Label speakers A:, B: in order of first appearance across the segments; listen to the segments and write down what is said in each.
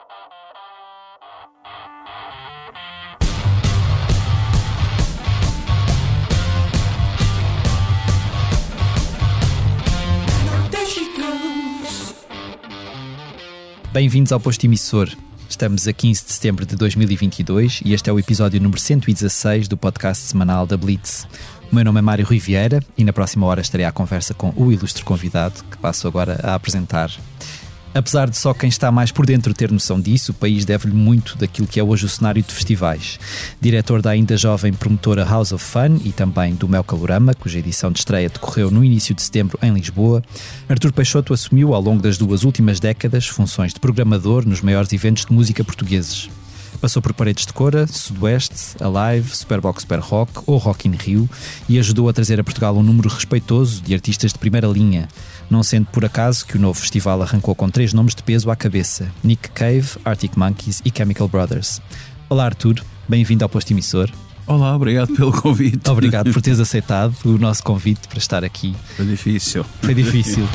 A: Bem-vindos ao Posto Emissor. Estamos a 15 de setembro de 2022 e este é o episódio número 116 do podcast semanal da Blitz. O meu nome é Mário Rui Vieira e na próxima hora estarei à conversa com o ilustre convidado que passo agora a apresentar. Apesar de só quem está mais por dentro ter noção disso, o país deve-lhe muito daquilo que é hoje o cenário de festivais. Diretor da ainda jovem promotora House of Fun e também do Mel Calorama, cuja edição de estreia decorreu no início de setembro em Lisboa, Artur Peixoto assumiu ao longo das 2 últimas décadas funções de programador nos maiores eventos de música portugueses. Passou por Paredes de Cora, Sudoeste, Alive, Superbox Super Rock ou Rock in Rio e ajudou a trazer a Portugal um número respeitoso de artistas de primeira linha, não sendo por acaso que o novo festival arrancou com 3 nomes de peso à cabeça: Nick Cave, Arctic Monkeys e Chemical Brothers. Olá Artur, bem-vindo ao Posto Emissor.
B: Olá, obrigado pelo convite.
A: Obrigado por teres aceitado o nosso convite para estar aqui.
B: Foi difícil.
A: Foi difícil.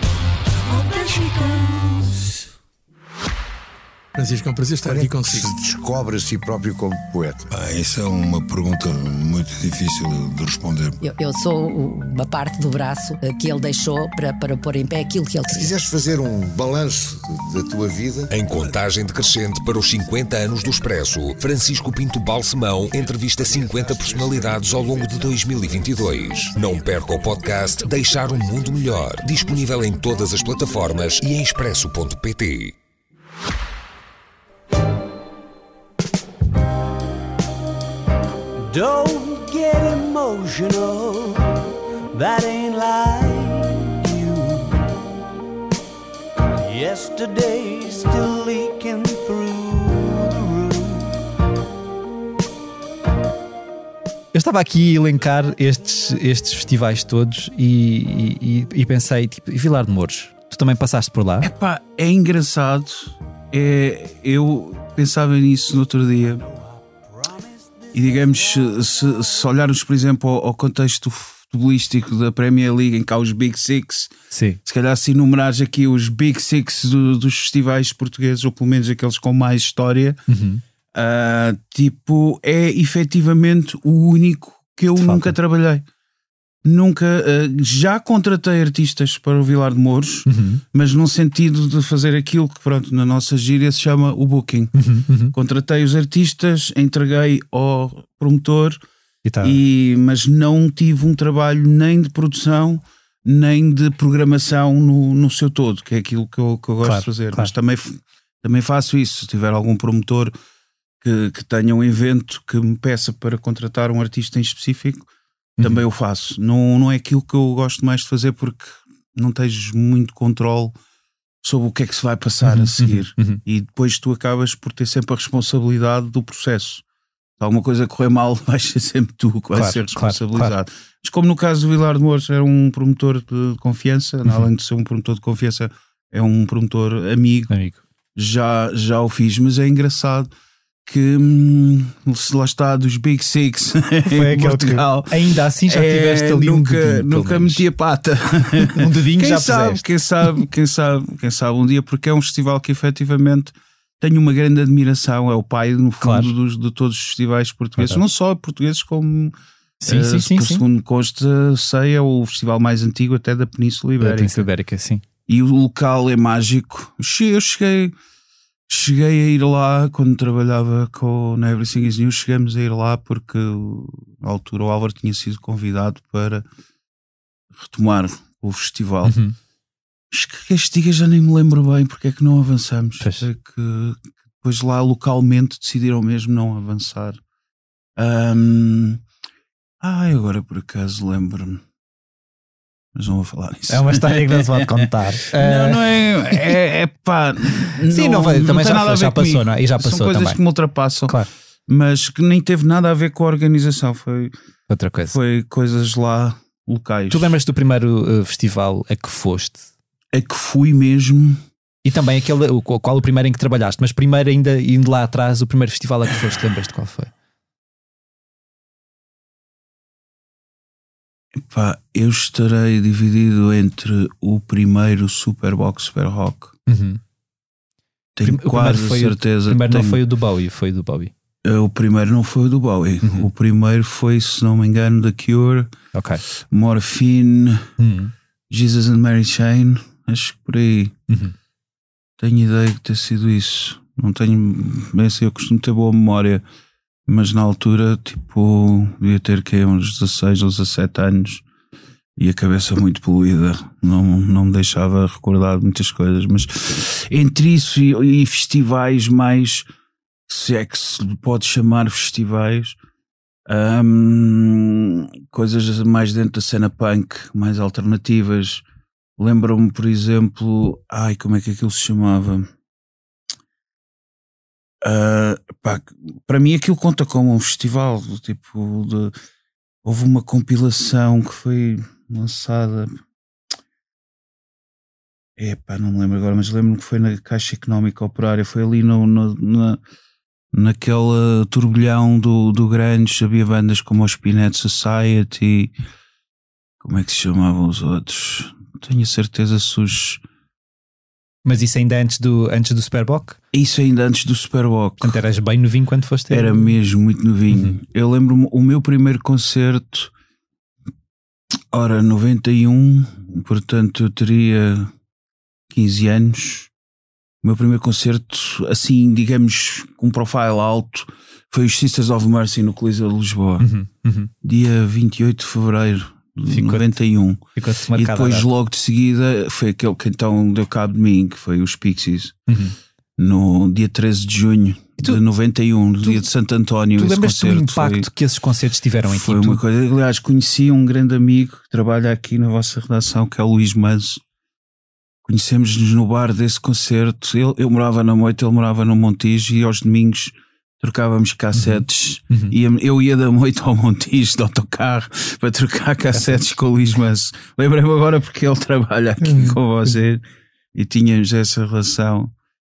C: Francisco, é um prazer estar aqui consigo.
D: Se descobre a si próprio como poeta?
E: Essa é uma pergunta muito difícil de responder.
F: Eu sou uma parte do braço que ele deixou para pôr em pé aquilo que ele
D: Se
F: queria.
D: quiseres fazer um balanço da tua vida...
G: Em contagem decrescente para os 50 anos do Expresso, Francisco Pinto Balsemão entrevista 50 personalidades ao longo de 2022. Não perca o podcast Deixar um Mundo Melhor, disponível em todas as plataformas e em expresso.pt.
H: Don't get emotional, that ain't like you. Yesterday's still leaking through the room.
A: Eu estava aqui a elencar estes festivais todos e pensei, tipo, e Vilar de Mouros? Tu também passaste por lá?
B: Epá, é engraçado. Eu pensava nisso no outro dia. E digamos, se olharmos, por exemplo, ao contexto futebolístico da Premier League, em que há os Big Six,
A: Sim.
B: Se calhar se enumerares aqui os Big Six dos festivais portugueses, ou pelo menos aqueles com mais história, é efetivamente o único que eu nunca trabalhei. Nunca, já contratei artistas para o Vilar de Mouros, mas num sentido de fazer aquilo que, pronto, na nossa gíria se chama o booking. Contratei os artistas, entreguei ao promotor, mas não tive um trabalho nem de produção nem de programação no seu todo, que é aquilo que eu gosto de fazer. Mas também faço isso. Se tiver algum promotor que tenha um evento que me peça para contratar um artista em específico, também eu faço. Não é aquilo que eu gosto mais de fazer, porque não tens muito controle sobre o que é que se vai passar a seguir. E depois tu acabas por ter sempre a responsabilidade do processo. Se alguma coisa correr mal, vais ser sempre tu que vais ser responsabilizado. Mas como no caso do Vilar de Mouros era um promotor de confiança, além de ser um promotor de confiança, é um promotor amigo. Já o fiz, mas é engraçado que se lá está dos Big Six em Portugal,
A: ainda assim já tiveste ali
B: nunca meti a pata.
A: Um dedinho já puseste.
B: Quem sabe um dia, porque é um festival que efetivamente tenho uma grande admiração. É o pai, no fundo, de todos os festivais portugueses, não só portugueses como segundo consta, sei, é o festival mais antigo até da Península Ibérica.
A: Da Península Ibérica, sim.
B: E o local é mágico. Eu cheguei a ir lá quando trabalhava com o Everything Is New. Chegamos a ir lá porque na altura o Álvaro tinha sido convidado para retomar o festival. Que este dia já nem me lembro bem porque é que não avançamos. É que depois lá localmente decidiram mesmo não avançar. Agora por acaso lembro-me. Mas não vou falar nisso.
A: É uma história que não se pode contar.
B: Não é pá.
A: Sim, não vai, também já passou, não é? E já passou.
B: São coisas
A: também
B: que me ultrapassam.
A: Claro.
B: Mas que nem teve nada a ver com a organização. Foi
A: outra coisa.
B: Foi coisas lá locais.
A: Tu lembras do primeiro festival a que foste?
B: A que fui mesmo.
A: E também qual o primeiro em que trabalhaste? Mas primeiro, ainda indo lá atrás, o primeiro festival a que foste, lembras-te qual foi?
B: Epá, eu estarei dividido entre o primeiro Superbox Super Rock. Tenho quase certeza.
A: O primeiro não foi o do Bowie, foi o do Bowie.
B: O primeiro não foi o do Bowie. O primeiro foi, se não me engano, The Cure, Morphine, Jesus and Mary Chain. Acho que por aí. Tenho ideia de ter sido isso. Não tenho. Bem assim, eu costumo ter boa memória, mas na altura, tipo, devia ter uns 16 ou 17 anos e a cabeça muito poluída. Não me deixava recordar de muitas coisas. Mas entre isso e festivais mais, se é que se pode chamar festivais, coisas mais dentro da cena punk, mais alternativas. Lembro-me, por exemplo, como é que aquilo se chamava? Para mim aquilo conta como um festival, tipo, houve uma compilação que foi lançada, não me lembro agora, mas lembro-me que foi na Caixa Económica Operária, foi ali naquele turbilhão do grunge. Havia bandas como o Spinet Society, como é que se chamavam os outros? Tenho a certeza se os...
A: Mas isso ainda antes do Superboc?
B: Isso ainda antes do Superboc.
A: Portanto, eras bem novinho quando foste?
B: Era mesmo muito novinho. Eu lembro-me, o meu primeiro concerto, 91, portanto eu teria 15 anos. O meu primeiro concerto, assim, digamos, com um profile alto, foi os Sisters of Mercy no Coliseu de Lisboa. Dia 28 de fevereiro. 91. E depois logo de seguida foi aquele que então deu cabo de mim, que foi os Pixies, no dia 13 de junho de 91, no dia de Santo António.
A: Tu lembras-te do impacto que esses concertos tiveram em ti?
B: Foi uma coisa. Aliás, conheci um grande amigo que trabalha aqui na vossa redação, que é o Luís Manso. Conhecemos-nos no bar desse concerto. Eu morava na Moita, ele morava no Montijo, e aos domingos trocávamos cassetes. Eu ia da Moita ao Montijo de autocarro para trocar cassetes com o Luís Manso. Lembrei-me agora porque ele trabalha aqui com você, e tínhamos essa relação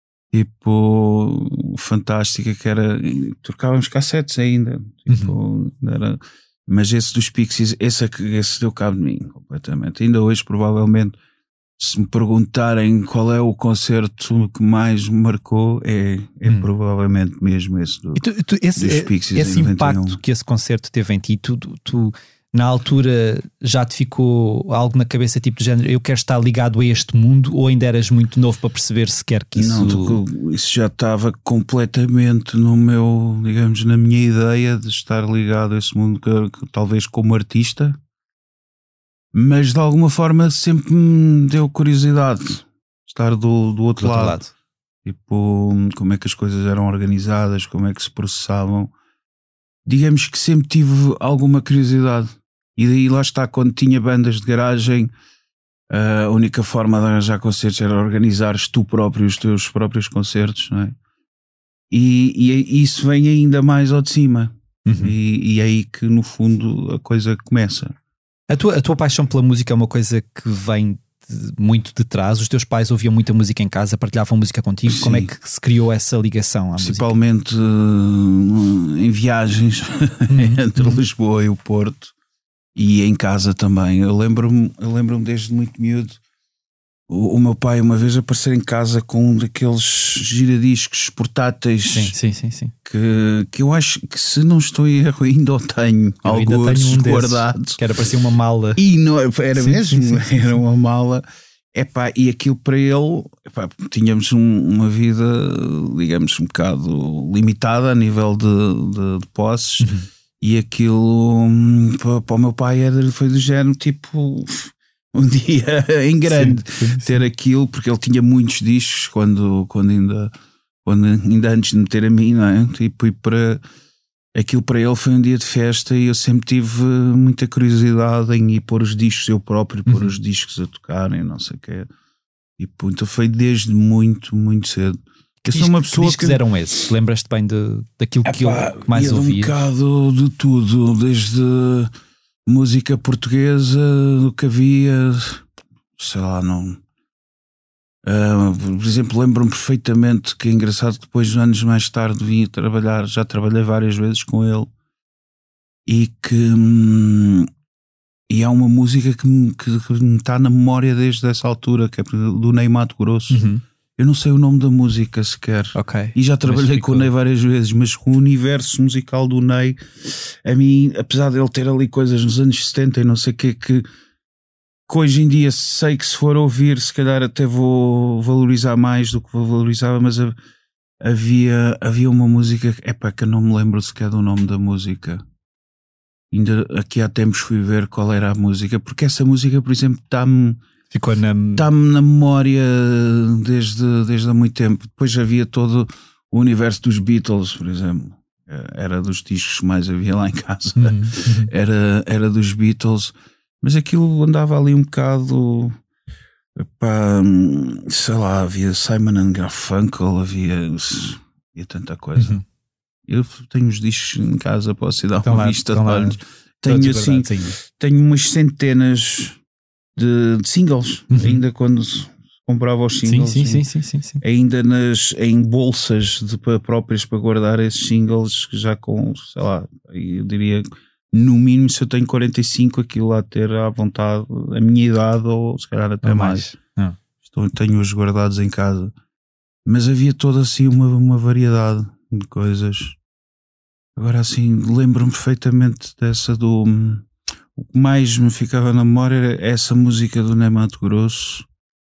B: tipo fantástica, que era, trocávamos cassetes ainda, tipo, mas esse dos Pixies, esse deu cabo de mim completamente. Ainda hoje, provavelmente, se me perguntarem qual é o concerto que mais me marcou, é provavelmente mesmo esse dos Pixies.
A: Esse impacto que esse concerto teve em ti, tu na altura já te ficou algo na cabeça, tipo de género, eu quero estar ligado a este mundo, ou ainda eras muito novo para perceber sequer que isso...
B: Não, isso já estava completamente no meu, digamos, na minha ideia de estar ligado a esse mundo, que talvez como artista, mas de alguma forma sempre me deu curiosidade estar do outro lado. Tipo, como é que as coisas eram organizadas, como é que se processavam. Digamos que sempre tive alguma curiosidade. E daí lá está, quando tinha bandas de garagem, a única forma de arranjar concertos era organizares tu próprio os teus próprios concertos, não é? E isso vem ainda mais ao de cima. E é aí que no fundo a coisa começa.
A: A tua paixão pela música é uma coisa que vem muito de trás. Os teus pais ouviam muita música em casa, partilhavam música contigo. Sim. Como é que se criou essa ligação à
B: Principalmente em viagens entre Lisboa e o Porto, e em casa também. Eu lembro-me desde muito miúdo o meu pai uma vez aparecer em casa com um daqueles giradiscos portáteis.
A: Sim.
B: Que eu acho que, se não estou em erro, ainda o tenho. Alguns guardados.
A: Que era parecia uma mala.
B: E não era mesmo? Era uma mala. E aquilo para ele, tínhamos uma vida, digamos, um bocado limitada a nível de posses. E aquilo para o meu pai foi do género, tipo, um dia em grande. Sim. Ter aquilo, porque ele tinha muitos discos quando ainda antes de me ter a mim, não é? Tipo, e aquilo para ele foi um dia de festa, e eu sempre tive muita curiosidade em ir pôr os discos eu próprio, pôr os discos a tocarem, não sei o quê. E então foi desde muito, muito cedo.
A: Eu sou uma pessoa que eram esses. Lembras-te bem daquilo que eu mais ouvia?
B: Um bocado de tudo, desde música portuguesa, do que havia, sei lá, não. Por exemplo, lembro-me perfeitamente que é engraçado que depois, anos mais tarde, vim trabalhar, já trabalhei várias vezes com ele, e há uma música que me está na memória desde essa altura, que é do Ney Mato Grosso. Eu não sei o nome da música sequer. E já trabalhei com o Ney várias vezes, mas com o universo musical do Ney, a mim, apesar de ele ter ali coisas nos anos 70 e não sei o que hoje em dia sei que se for ouvir, se calhar até vou valorizar mais do que valorizava, mas havia uma música que eu não me lembro sequer do nome da música. Ainda aqui há tempos fui ver qual era a música, porque essa música, por exemplo, está-me na memória desde há muito tempo. Depois havia todo o universo dos Beatles, por exemplo. Era dos discos que mais havia lá em casa. Era dos Beatles. Mas aquilo andava ali um bocado... sei lá, havia Simon and Garfunkel, havia tanta coisa. Eu tenho os discos em casa, posso ir dar uma vista de olhos. Tenho umas centenas de singles, ainda quando comprava os singles,
A: sim.
B: ainda em bolsas próprias para guardar esses singles, já com, sei lá, eu diria no mínimo, se eu tenho 45, aquilo lá ter à vontade a minha idade ou se calhar até mais. Tenho-os guardados em casa, mas havia toda assim uma variedade de coisas. Agora assim, lembro-me perfeitamente dessa do... O que mais me ficava na memória era essa música do Ney Matogrosso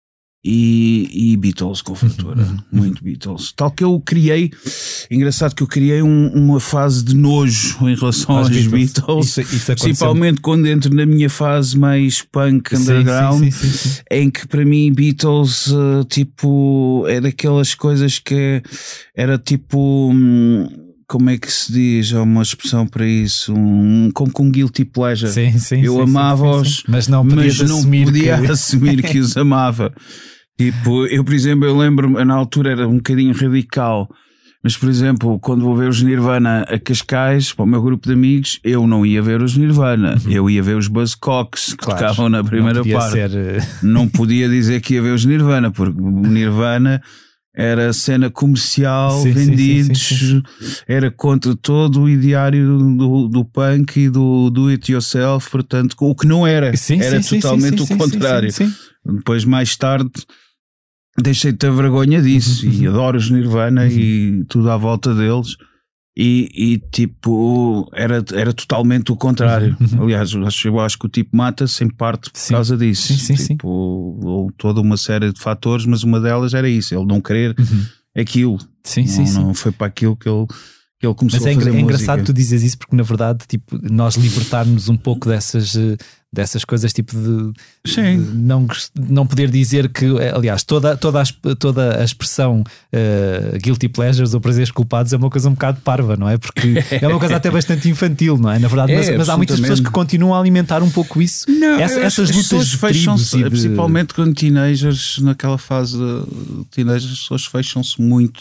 B: e Beatles com fartura. Muito Beatles. Tal que eu criei, engraçado que eu criei uma fase de nojo em relação aos Beatles. Isso principalmente quando entro na minha fase mais punk underground, sim. Em que para mim Beatles tipo é daquelas coisas que era tipo... como é que se diz? Há uma expressão para isso, como com guilty pleasure. Eu amava-os, mas não podia assumir que os amava. Tipo, eu, por exemplo, eu lembro-me, na altura era um bocadinho radical, mas, por exemplo, quando vou ver os Nirvana a Cascais, para o meu grupo de amigos, eu não ia ver os Nirvana, eu ia ver os Buzzcocks que tocavam na primeira parte. Não podia dizer que ia ver os Nirvana, porque o Nirvana... era cena comercial, vendidos, era contra todo o ideário do punk e do it yourself, portanto, o que não era, era totalmente o contrário. Depois, mais tarde, deixei de ter vergonha disso e adoro os Nirvana e tudo à volta deles. E tipo, era totalmente o contrário. Aliás, eu acho que o tipo mata-se em parte por causa disso. Tipo, toda uma série de fatores, mas uma delas era isso, ele não querer aquilo. Não foi para aquilo que ele começou a fazer música. Mas é engraçado
A: tu dizes isso, porque na verdade, tipo, nós libertarmos um pouco dessas coisas, tipo de não poder dizer que, aliás, toda a expressão guilty pleasures ou prazeres culpados é uma coisa um bocado parva, não é? Porque é uma coisa até bastante infantil, não é? Na verdade, mas há muitas pessoas que continuam a alimentar um pouco isso. Essas lutas de tribos,
B: principalmente quando teenagers, naquela fase de teenagers, as pessoas fecham-se muito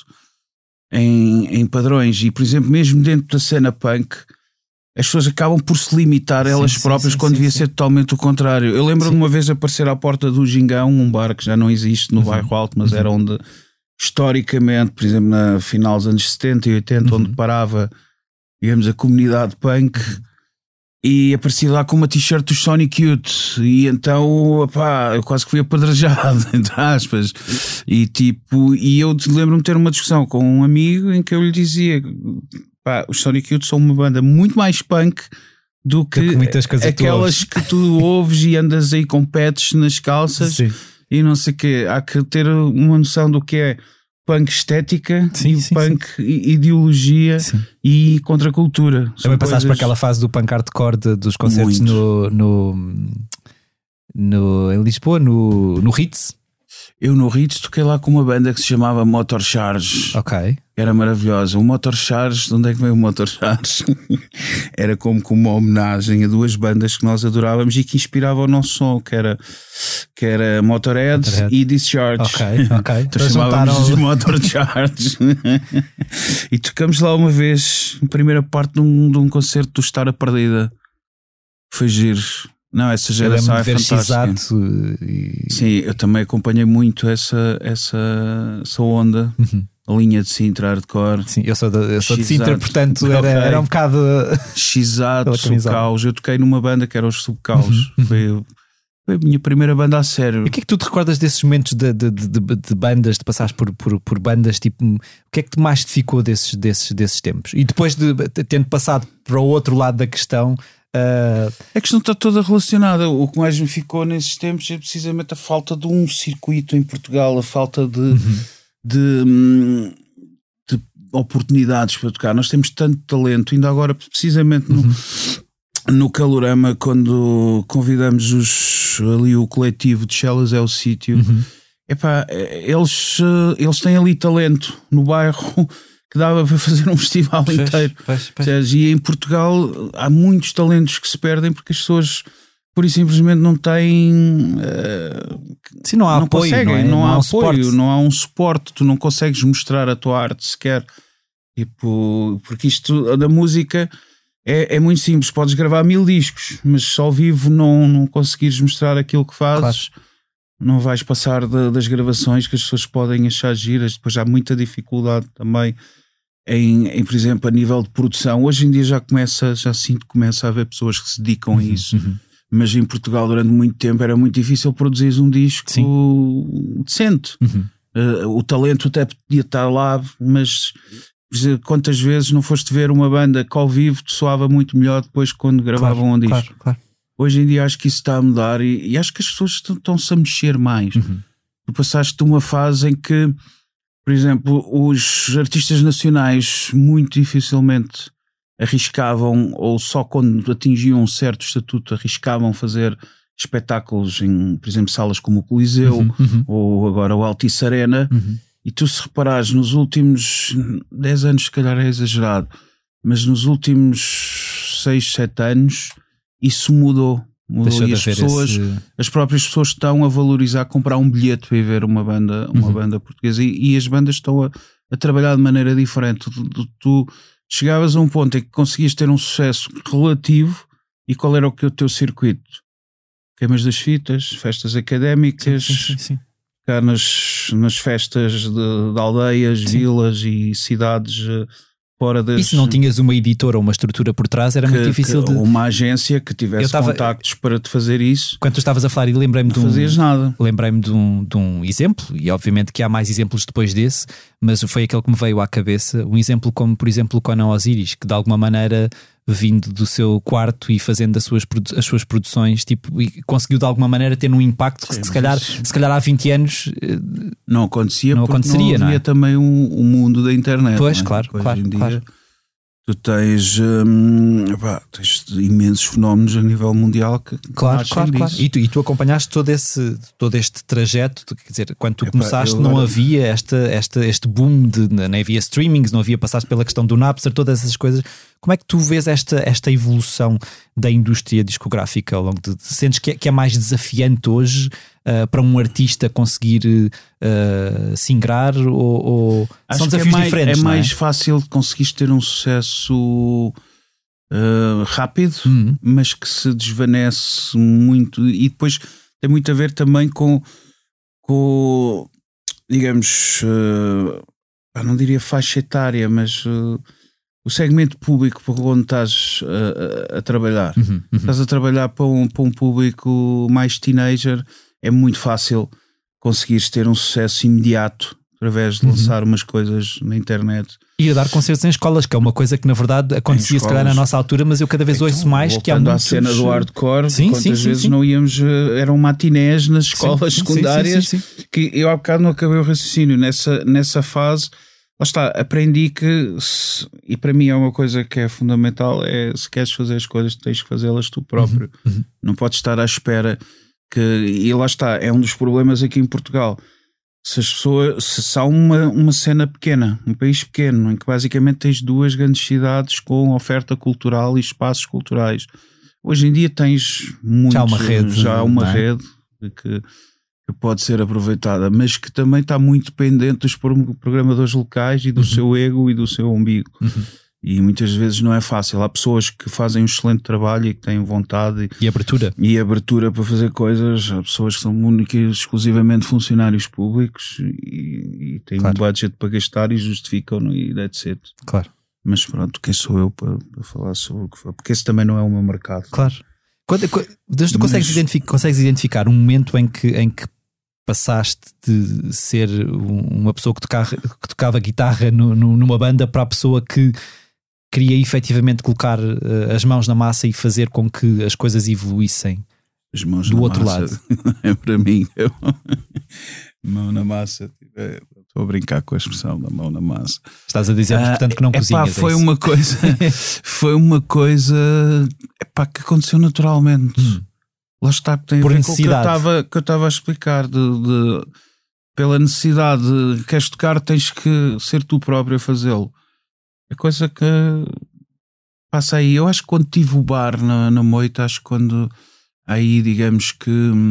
B: em padrões e, por exemplo, mesmo dentro da cena punk, as pessoas acabam por se limitar elas próprias quando devia ser totalmente o contrário. Eu lembro-me uma vez aparecer à porta do Gingão, um bar que já não existe no bairro Alto, mas era onde historicamente, por exemplo, na final dos anos 70 e 80, onde parava, digamos, a comunidade punk, e apareci lá com uma t-shirt do Sonic Youth, e então, opá, eu quase que fui apedrejado, entre aspas, e eu lembro-me de ter uma discussão com um amigo em que eu lhe dizia... os Sonic Youth são uma banda muito mais punk do que aquelas que tu ouves e andas aí com pets nas calças e não sei o quê. Há que ter uma noção do que é punk estética e punk ideologia e contracultura.
A: Também passaste para aquela fase do punk hardcore dos concertos em Lisboa, no Ritz.
B: Eu no Ritz toquei lá com uma banda que se chamava Motor Charge. Era maravilhosa. O Motor Charge, de onde é que veio o Motor Charge? Era como uma homenagem a duas bandas que nós adorávamos e que inspiravam o nosso som, que era Motorhead e Discharge. Então chamávamos de Motor Charge. E tocamos lá uma vez, a primeira parte de um concerto do Estar a Perdida. Foi giro. Não, essa geração é fantástica. Sim, eu também acompanhei muito essa onda, a linha de Sintra Hardcore.
A: Sim, eu sou de Sintra, portanto era um bocado
B: X-Ato, Subcaus. Eu toquei numa banda que era os Subcaus. Foi a minha primeira banda a sério.
A: E o que é que tu te recordas desses momentos de bandas, de passares por bandas, tipo, o que é que mais te ficou desses tempos? E depois de tendo passado para o outro lado da questão...
B: A questão está toda relacionada. O que mais me ficou nesses tempos é precisamente a falta de um circuito em Portugal, a falta de oportunidades para tocar. Nós temos tanto talento, ainda agora precisamente no Calorama, quando convidamos o coletivo de Chelas é o Sítio, eles têm ali talento no bairro que dava para fazer um festival inteiro. E em Portugal há muitos talentos que se perdem porque as pessoas pura e simplesmente não têm
A: não há apoio,
B: conseguem,
A: não há
B: apoio, não há um suporte, tu não consegues mostrar a tua arte sequer, tipo, porque isto da música é muito simples, podes gravar 1000 discos, mas se ao vivo não conseguires mostrar aquilo que fazes, não vais passar das gravações que as pessoas podem achar giras. Depois há muita dificuldade também em, por exemplo, a nível de produção. Hoje em dia já sinto que começa a haver pessoas que se dedicam a isso, mas em Portugal durante muito tempo era muito difícil produzir um disco decente. O talento até podia estar lá, mas quantas vezes não foste ver uma banda que ao vivo te soava muito melhor depois quando gravavam um disco?
A: Claro.
B: Hoje em dia acho que isso está a mudar e acho que as pessoas estão-se a mexer mais. Tu passaste de uma fase em que, por exemplo, os artistas nacionais muito dificilmente arriscavam, ou só quando atingiam um certo estatuto arriscavam fazer espetáculos em, por exemplo, salas como o Coliseu ou agora o Altice Arena. E tu, se reparares, nos últimos 10 anos, se calhar é exagerado, mas nos últimos 6, 7 anos isso mudou. E as próprias pessoas estão a valorizar comprar um bilhete para ir ver uma banda portuguesa, e as bandas estão a trabalhar de maneira diferente. Tu chegavas a um ponto em que conseguias ter um sucesso relativo, e qual era o teu circuito? Queimas das fitas, festas académicas, ficar nas festas de aldeias, vilas e cidades fora das...
A: E se não tinhas uma editora ou uma estrutura por trás, era muito difícil de...
B: Uma agência que tivesse contactos para te fazer isso.
A: Quando tu estavas a falar, e lembrei-me de um exemplo, e obviamente que há mais exemplos depois desse, mas foi aquele que me veio à cabeça, um exemplo como, por exemplo, o Conan Osiris, que de alguma maneira, vindo do seu quarto e fazendo as suas produções, tipo, e conseguiu de alguma maneira ter um impacto que se calhar há 20 anos
B: não acontecia, não havia também o mundo da internet.
A: Pois,
B: não é?
A: Claro.
B: Tu tens imensos fenómenos a nível mundial que
A: claro. E tu acompanhaste todo este trajeto, quer dizer, quando tu começaste não havia este boom não havia streamings, não havia, passaste pela questão do Napster, todas essas coisas. Como é que tu vês esta evolução da indústria discográfica ao longo sentes que é mais desafiante hoje para um artista conseguir se ingrar, ou são desafios diferentes?
B: É mais fácil de conseguires ter um sucesso rápido, mas que se desvanece muito, e depois tem muito a ver também com digamos, não diria faixa etária, mas o segmento público por onde estás a trabalhar. Estás a trabalhar para um público mais teenager, é muito fácil conseguires ter um sucesso imediato através de lançar umas coisas na internet.
A: E a dar concertos em escolas, que é uma coisa que na verdade acontecia se calhar na nossa altura, mas eu cada vez ouço mais que há muitos...
B: à cena do hardcore, quantas vezes não íamos, eram matinés nas escolas secundárias, que eu há bocado não acabei o raciocínio, nessa fase, lá está, aprendi que, e para mim é uma coisa que é fundamental, se queres fazer as coisas tens que fazê-las tu próprio, não podes estar à espera e lá está, é um dos problemas aqui em Portugal. Se há uma cena pequena, um país pequeno, em que basicamente tens 2 grandes cidades com oferta cultural e espaços culturais, hoje em dia tens já uma rede que pode ser aproveitada, mas que também está muito dependente dos programadores locais e do seu ego e do seu umbigo. E muitas vezes não é fácil. Há pessoas que fazem um excelente trabalho e que têm vontade
A: e abertura para fazer coisas. Há pessoas que são únicas e exclusivamente funcionários públicos e têm um budget para gastar e justificam e etc. Claro. Mas pronto, quem sou eu para falar sobre o que for? Porque esse também não é o meu mercado. Claro. Tu consegues identificar um momento em que passaste de ser uma pessoa que tocava guitarra numa banda para a pessoa que queria efetivamente colocar as mãos na massa e fazer com que as coisas evoluíssem
B: as mãos
A: do
B: na
A: outro
B: massa.
A: lado?
B: É para mim. Mão na massa. Estou a brincar com a expressão da mão na massa.
A: Estás a dizer, portanto, que não cozinhas.
B: Foi uma coisa que aconteceu naturalmente. Lá está, tem
A: por
B: a ver com o
A: necessidade.
B: que eu estava a explicar. Pela necessidade de queres tocar, tens que ser tu próprio a fazê-lo. É coisa que passa aí. Eu acho que quando tive o bar na Moita, acho que quando aí, digamos que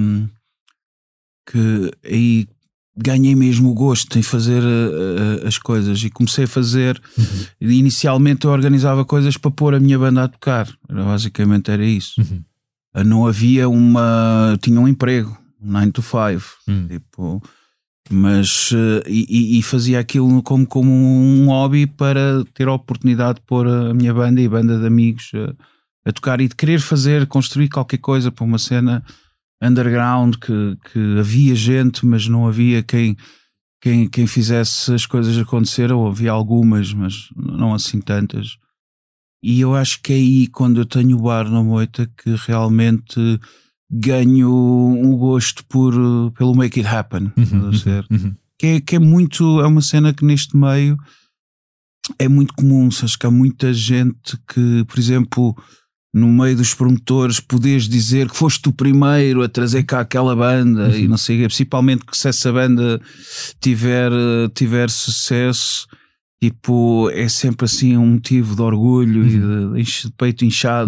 B: aí ganhei mesmo o gosto em fazer as coisas e comecei a fazer. Inicialmente eu organizava coisas para pôr a minha banda a tocar. Basicamente era isso. Não havia tinha um emprego 9 to 5 tipo, mas e fazia aquilo como um hobby para ter a oportunidade de pôr a minha banda e a banda de amigos a tocar e de querer construir qualquer coisa para uma cena underground que havia gente, mas não havia quem fizesse as coisas acontecer, ou havia algumas, mas não assim tantas. E eu acho que é aí, quando eu tenho o bar na Moita, que realmente ganho um gosto pelo make it happen. Que é uma cena que neste meio é muito comum. Acho que há muita gente que, por exemplo, no meio dos promotores, podes dizer que foste o primeiro a trazer cá aquela banda e não sei, principalmente que se essa banda tiver sucesso, tipo, é sempre assim um motivo de orgulho e de peito inchado.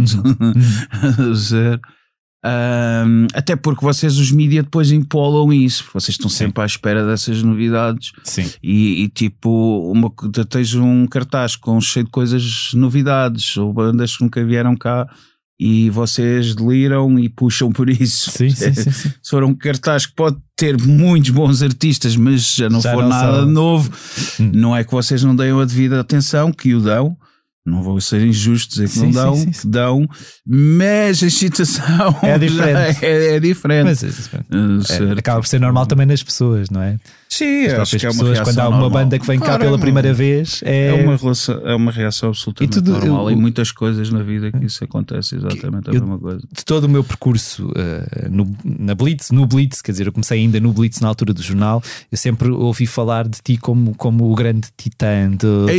B: Até porque vocês, os mídias, depois empolam isso. Vocês estão sempre à espera dessas novidades.
A: Sim.
B: E tipo, tens um cartaz cheio de coisas, novidades, ou bandas que nunca vieram cá, e vocês deliram e puxam por isso.
A: Sim.
B: Se for um cartaz que pode ter muitos bons artistas, mas já não for nada novo, não é que vocês não deem a devida atenção, que o dão. Não vou ser injusto dizer que não dão, que dão, mas a excitação
A: é diferente.
B: É diferente.
A: Mas acaba por ser normal também nas pessoas, não é?
B: Sim, acho que é uma
A: pessoas,
B: reação
A: quando há uma
B: normal.
A: banda que vem cá pela primeira vez, é
B: uma reação absolutamente normal. Em muitas coisas na vida que isso acontece exatamente a mesma coisa.
A: De todo o meu percurso no Blitz, quer dizer, eu comecei ainda no Blitz na altura do jornal, eu sempre ouvi falar de ti como o grande titã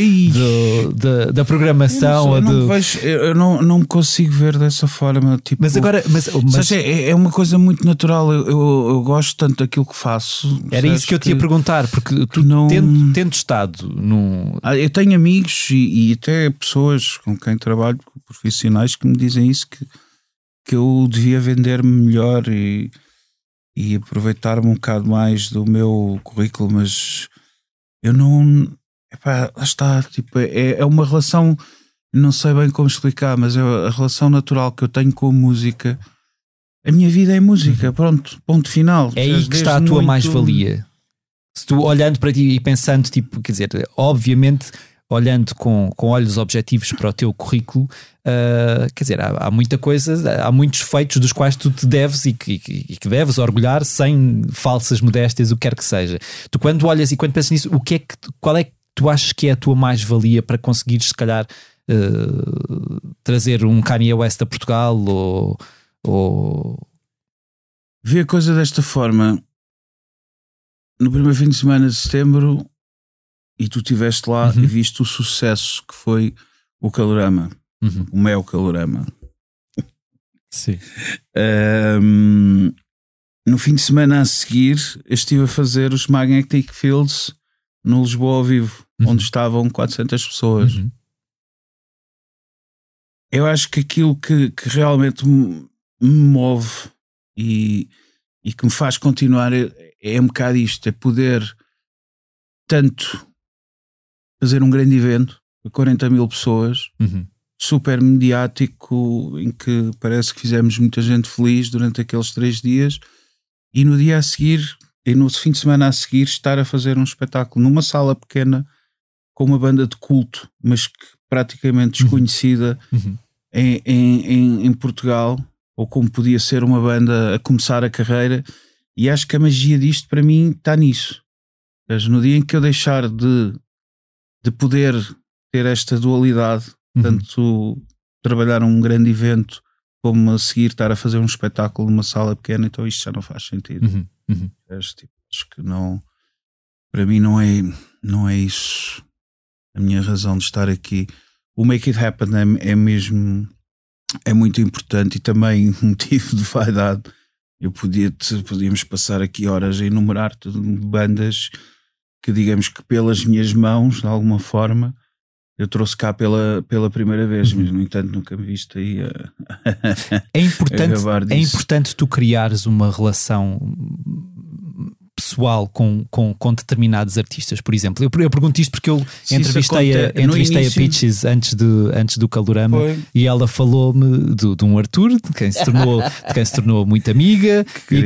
A: da programação.
B: Eu não me consigo ver dessa forma. Tipo,
A: mas
B: é uma coisa muito natural. Eu gosto tanto daquilo que faço.
A: Era isso que eu te ia perguntar, porque tu tendo estado num...
B: Eu tenho amigos e até pessoas com quem trabalho, profissionais, que me dizem isso, que eu devia vender-me melhor e aproveitar-me um bocado mais do meu currículo, mas eu não... lá está, tipo, é uma relação, não sei bem como explicar, mas é a relação natural que eu tenho com a música. A minha vida é música, pronto, ponto final.
A: É aí que está a tua mais-valia. Se tu, olhando para ti e pensando, tipo, quer dizer, obviamente, olhando com olhos objetivos para o teu currículo, quer dizer, há muita coisa, há muitos feitos dos quais tu te deves e que deves orgulhar, sem falsas modéstias, o que quer que seja. Tu, quando olhas e quando pensas nisso, qual é que tu achas que é a tua mais-valia para conseguires, se calhar, trazer um Kanye West a Portugal ou...
B: Vi a coisa desta forma. No primeiro fim de semana de setembro, e tu estiveste lá e viste o sucesso que foi o Calorama, o meu Calorama.
A: Sim.
B: No fim de semana a seguir, eu estive a fazer os Magnetic Fields no Lisboa ao vivo, onde estavam 400 pessoas. Eu acho que aquilo que realmente me move e que me faz continuar é um bocado isto, é poder tanto fazer um grande evento para 40 mil pessoas, super mediático, em que parece que fizemos muita gente feliz durante aqueles 3 dias, e no dia a seguir, e no fim de semana a seguir, estar a fazer um espetáculo numa sala pequena com uma banda de culto, mas que praticamente desconhecida em Portugal, ou como podia ser uma banda a começar a carreira, e acho que a magia disto para mim está nisso. Mas no dia em que eu deixar de poder ter esta dualidade, tanto trabalhar um grande evento como a seguir estar a fazer um espetáculo numa sala pequena, então isto já não faz sentido. Acho que não, para mim não é isso a minha razão de estar aqui. O Make It Happen é mesmo, é muito importante, e também um motivo de vaidade. Podíamos passar aqui horas a enumerar bandas que, digamos que pelas minhas mãos, de alguma forma, eu trouxe cá pela primeira vez, mas no entanto nunca me viste aí
A: é importante tu criares uma relação pessoal com determinados artistas, por exemplo. Eu pergunto isto porque eu entrevistei a Peaches antes do Calorama. Foi. E ela falou-me de um Arthur, de quem se tornou muito amiga,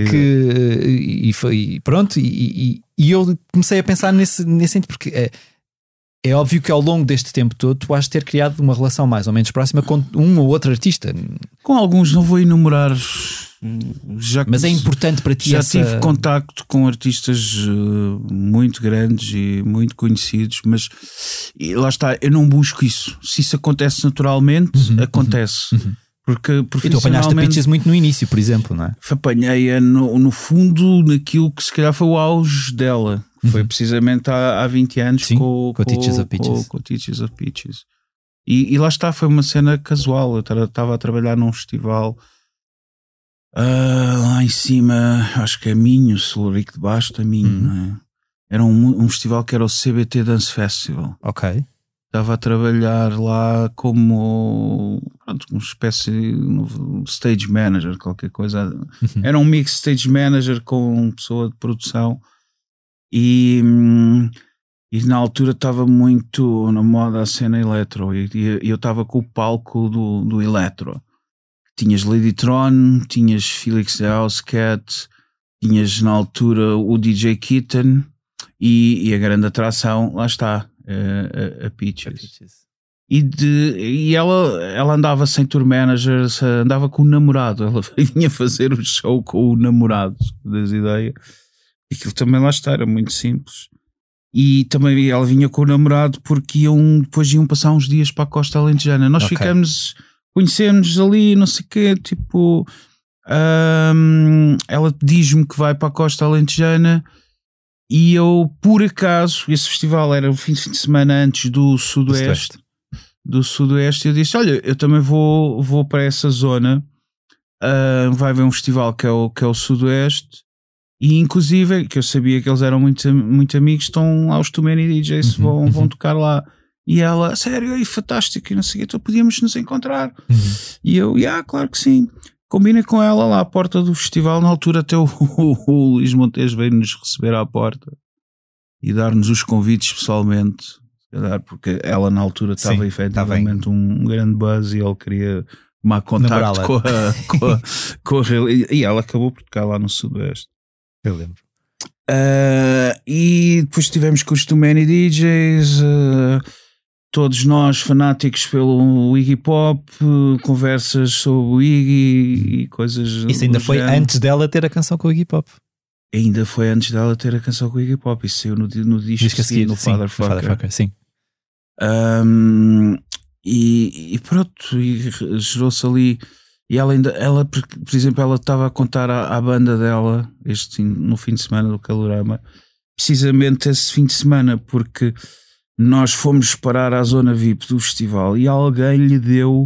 A: e pronto, e eu comecei a pensar nesse sentido, porque é óbvio que ao longo deste tempo todo tu has de ter criado uma relação mais ou menos próxima com um ou outro artista.
B: Com alguns não vou enumerar,
A: mas é importante para ti.
B: Já tive contacto com artistas muito grandes e muito conhecidos, mas lá está, eu não busco isso. Se isso acontece naturalmente, acontece. Porque
A: e tu apanhaste a Peaches muito no início, por exemplo, não é?
B: Apanhei-a no fundo naquilo que se calhar foi o auge dela. Foi precisamente há 20 anos.
A: Sim, com Teachers
B: of Peaches. E lá está, foi uma cena casual. Eu estava a trabalhar num festival lá em cima, acho que é Minho, Solurico de Basto, é Minho, não é? Era um festival que era o CBT Dance Festival.
A: Ok.
B: Estava a trabalhar lá como uma espécie de stage manager, qualquer coisa. Era um mix stage manager com pessoa de produção, e na altura estava muito na moda a cena eletro, e eu estava com o palco do eletro. Tinhas Ladytron, tinhas Felix the Housecat, tinhas na altura o DJ Kitten, e a grande atração, lá está, a Peaches. E ela andava sem tour manager, andava com o namorado. Ela vinha fazer o show com o namorado, das ideias. Aquilo também lá está, era muito simples. E também ela vinha com o namorado porque depois iam passar uns dias para a Costa Alentejana. Nós conhecemos ali, não sei o quê, tipo, ela diz-me que vai para a Costa Alentejana. E eu, por acaso, esse festival era o fim de semana antes do Sudoeste. Eu disse, olha, eu também vou para essa zona. Vai haver um festival que é o Sudoeste. E inclusive, que eu sabia que eles eram muito, muito amigos, estão lá os Too Many DJs, vão tocar lá. E ela, sério, é fantástico, e não sei o que, então podíamos nos encontrar. E eu, claro que sim. Combinei com ela lá à porta do festival. Na altura até o Luís Montes veio nos receber à porta e dar-nos os convites pessoalmente, porque ela na altura estava efetivamente um grande buzz, e ele queria tomar contacto com a realidade, e ela acabou por tocar lá no Sudoeste.
A: Eu lembro.
B: E depois tivemos com os Too Many DJs, todos nós fanáticos pelo Iggy Pop, conversas sobre o Iggy e coisas.
A: Isso ainda foi antes dela ter a canção com o Iggy Pop?
B: Ainda foi antes dela ter a canção com o Iggy Pop. Isso saiu no disco a seguir, no Fatherfucker.
A: Sim.
B: E pronto, e gerou-se ali. E ela, por exemplo, ela estava a contar à banda dela no fim de semana do Calorama, precisamente esse fim de semana, porque nós fomos parar à zona VIP do festival e alguém lhe deu,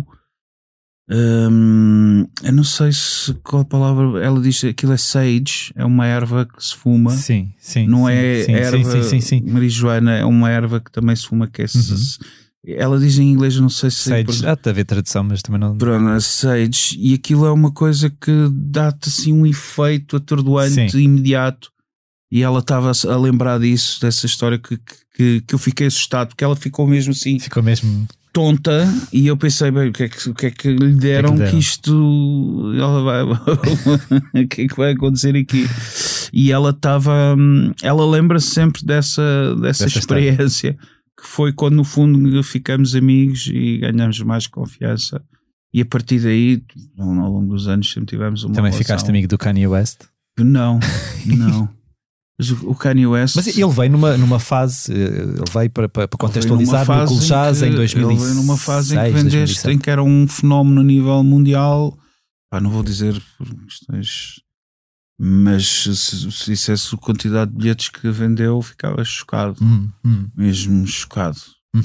B: eu não sei qual a palavra, ela diz que aquilo é sage, é uma erva que se fuma.
A: Sim.
B: Não é erva marijuana, é uma erva que também se fuma, que é ela diz em inglês, não sei se
A: sage, está a ver tradução, mas também não.
B: Pronto, sage, e aquilo é uma coisa que dá-te assim um efeito atordoante imediato. E ela estava a lembrar disso, dessa história que eu fiquei assustado, porque ela ficou mesmo assim,
A: ficou mesmo
B: tonta, e eu pensei, bem, o que é que lhe deram, que isto ela vai o que é que vai acontecer aqui? E ela lembra-se sempre dessa experiência, que foi quando no fundo ficamos amigos e ganhamos mais confiança. E a partir daí, ao longo dos anos, sempre tivemos uma
A: Também
B: relação.
A: ficaste amigo do Kanye West?
B: Não. Mas o Kanye West...
A: Mas ele veio numa fase, ele veio para contextualizar no Cool Jazz em 2006.
B: Ele veio numa fase em que vendeste, em que era um fenómeno a nível mundial. Não vou dizer por questões, mas se dissesse a quantidade de bilhetes que vendeu, ficava chocado. Mesmo chocado.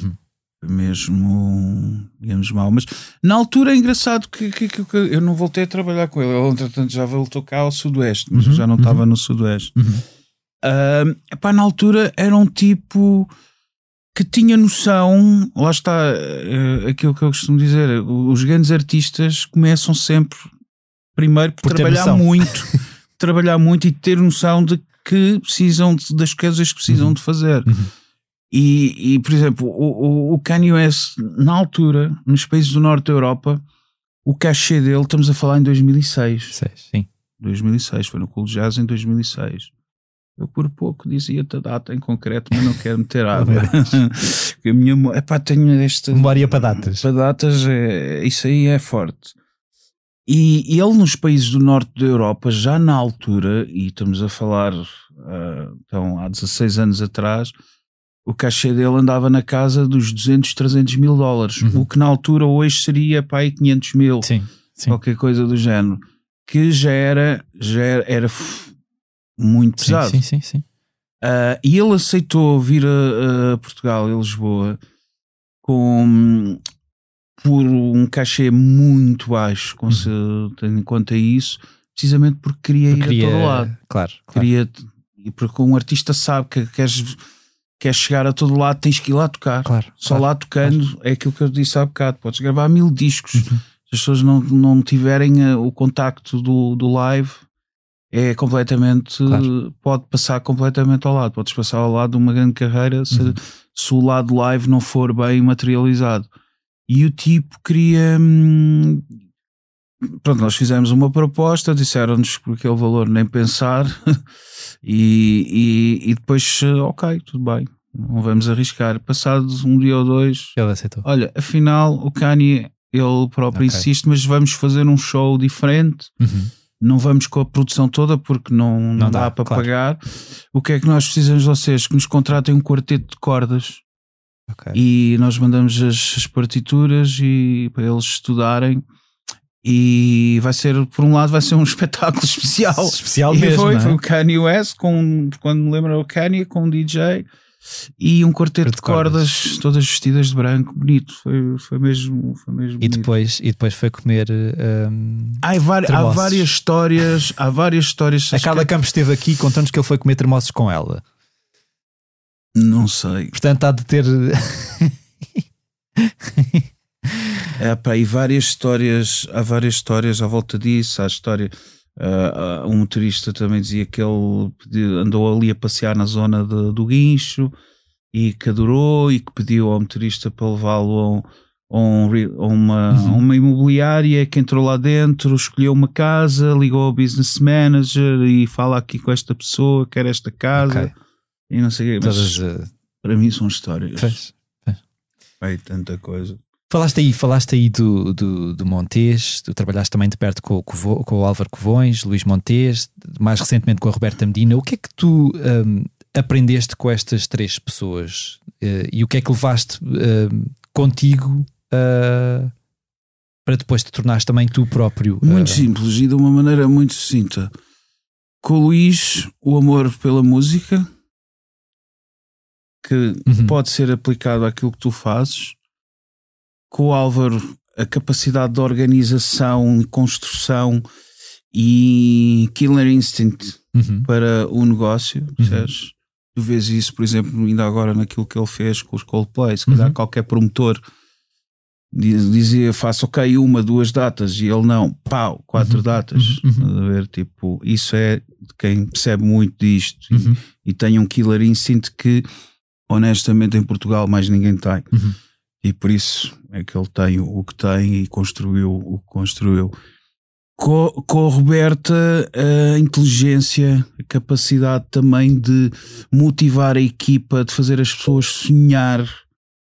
B: Mesmo, digamos, mal. Mas na altura é engraçado que eu não voltei a trabalhar com ele. Ele, entretanto, já voltou cá ao Sudoeste, mas eu já não estava no Sudoeste. Na altura era um tipo que tinha noção. Lá está aquilo que eu costumo dizer: os grandes artistas começam sempre primeiro por trabalhar muito e ter noção de que precisam das coisas que precisam de fazer. E por exemplo, o Kanye West, na altura, nos países do norte da Europa, o cachê dele, estamos a falar em 2006. 2006, foi no Cool Jazz em 2006. Eu por pouco dizia-te a data em concreto, mas não quero meter água. A minha tenho esta
A: memória para datas.
B: Para datas, isso aí é forte. E ele nos países do norte da Europa, já na altura, e estamos a falar então, há 16 anos atrás, o cachê dele andava na casa dos 200, 300 mil dólares, o que na altura hoje seria para aí 500 mil, qualquer coisa do género, que já era muito pesado.
A: Sim.
B: E ele aceitou vir a Portugal e Lisboa por um cachê muito baixo, tendo em conta isso, precisamente porque queria ir a todo lado.
A: Claro.
B: Porque um artista sabe que queres chegar a todo lado, tens que ir lá tocar. Só lá tocando é aquilo que eu disse há bocado. Podes gravar 1000 discos. Se as pessoas não tiverem o contacto do live, é completamente, pode passar completamente ao lado. Podes passar ao lado de uma grande carreira se o lado live não for bem materializado. E o tipo queria... Pronto, nós fizemos uma proposta, disseram-nos por aquele valor nem pensar e depois, ok, tudo bem, não vamos arriscar. Passados um dia ou dois,
A: ele aceitou.
B: Olha, afinal o Kanye, ele próprio insiste, mas vamos fazer um show diferente. Não vamos com a produção toda porque não dá para pagar. O que é que nós precisamos de vocês? Que nos contratem um quarteto de cordas. E nós mandamos as partituras para eles estudarem. E vai ser, por um lado, vai ser um espetáculo especial mesmo. Foi o Kanye West, quando me lembro, o Kanye com um DJ e um quarteto de cordas todas vestidas de branco, bonito. Foi mesmo
A: e depois foi comer.
B: Há várias histórias.
A: A Carla Campos esteve aqui contando-nos que ele foi comer termossos com ela.
B: Não sei.
A: Portanto, há de ter.
B: Há várias histórias à volta disso. Há história. Um motorista também dizia que ele andou ali a passear na zona do Guincho e que adorou e que pediu ao motorista para levá-lo a uma imobiliária, que entrou lá dentro, escolheu uma casa, ligou ao business manager e fala aqui com esta pessoa, quer esta casa. E não sei o quê, mas para mim são histórias. Vai tanta coisa.
A: Falaste aí do Montes, tu trabalhaste também de perto com o Álvaro Covões, Luís Montes, mais recentemente com a Roberta Medina. O que é que tu aprendeste com estas três pessoas e o que é que levaste contigo para depois te tornares também tu próprio?
B: Muito simples e de uma maneira muito sucinta. Com o Luís, o amor pela música, que pode ser aplicado àquilo que tu fazes. Com o Álvaro, a capacidade de organização e construção e killer instinct para o negócio, percebes? Tu vês isso, por exemplo, ainda agora naquilo que ele fez com os Coldplay. Se calhar qualquer promotor dizia, faça 1, 2 datas, e ele não, 4 datas. A ver, tipo, isso é de quem percebe muito disto e tem um killer instinct que honestamente em Portugal mais ninguém tem. E por isso é que ele tem o que tem e construiu o que construiu. Com a Roberta, a inteligência, a capacidade também de motivar a equipa, de fazer as pessoas sonhar,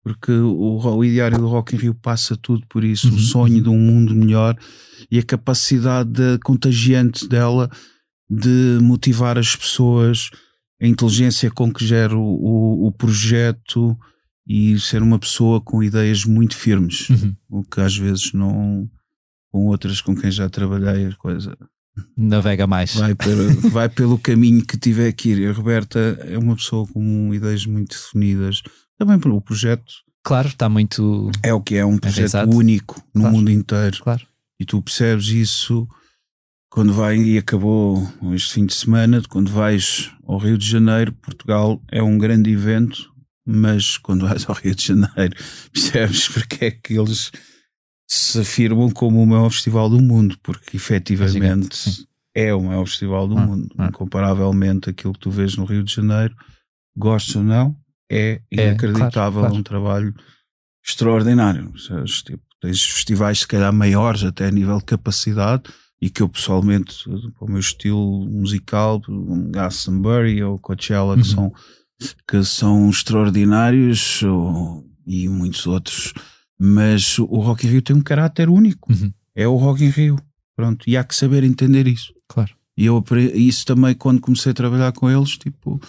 B: porque o Ideário do Rock in Rio passa tudo por isso, o sonho de um mundo melhor e a capacidade contagiante dela de motivar as pessoas, a inteligência com que gera o projeto e ser uma pessoa com ideias muito firmes, o que às vezes não, com outras com quem já trabalhei, a coisa
A: navega mais,
B: vai pelo caminho que tiver que ir. A Roberta é uma pessoa com ideias muito definidas, também pelo projeto.
A: Claro, está muito.
B: É o que é, um projeto
A: enraizado.
B: Único no mundo inteiro.
A: Claro.
B: E tu percebes isso quando vai, e acabou este fim de semana, quando vais ao Rio de Janeiro. Portugal é um grande evento, mas quando vais ao Rio de Janeiro percebes porque é que eles se afirmam como o maior festival do mundo, porque efetivamente é o maior festival do mundo. Incomparavelmente aquilo que tu vês no Rio de Janeiro, gostes ou não, é inacreditável, claro. Um trabalho extraordinário. Tipo, tens festivais se calhar maiores até a nível de capacidade e que eu pessoalmente, para o meu estilo musical, Glastonbury ou Coachella, que são extraordinários, e muitos outros, mas o Rock in Rio tem um caráter único. É o Rock in Rio, pronto, e há que saber entender isso.
A: Claro.
B: E eu isso também quando comecei a trabalhar com eles, tipo,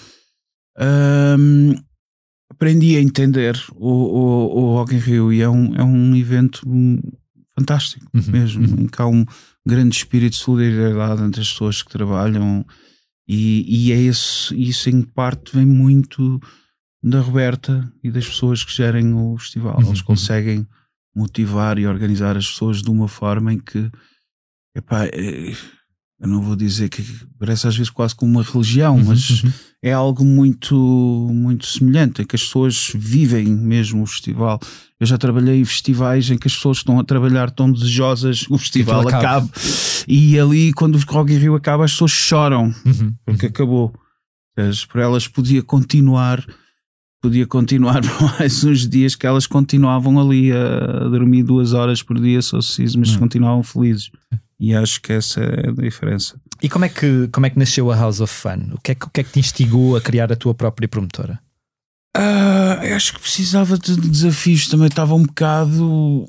B: aprendi a entender o Rock in Rio, e é um evento fantástico mesmo, em que há um grande espírito de solidariedade entre as pessoas que trabalham, e é isso em parte vem muito da Roberta e das pessoas que gerem o festival. Eles conseguem motivar e organizar as pessoas de uma forma em que, epá, eu não vou dizer que parece às vezes quase como uma religião, mas é algo muito, muito semelhante, em que as pessoas vivem mesmo o festival. Eu já trabalhei em festivais em que as pessoas estão a trabalhar tão desejosas que o festival acabe, e ali quando o Rock in Rio acaba as pessoas choram porque acabou. Por elas podia continuar por mais uns dias, que elas continuavam ali a dormir 2 horas por dia, só preciso, mas continuavam felizes. E acho que essa é a diferença.
A: E como é que nasceu a House of Fun? O que é que te instigou a criar a tua própria promotora?
B: Eu acho que precisava de desafios. Também estava um bocado.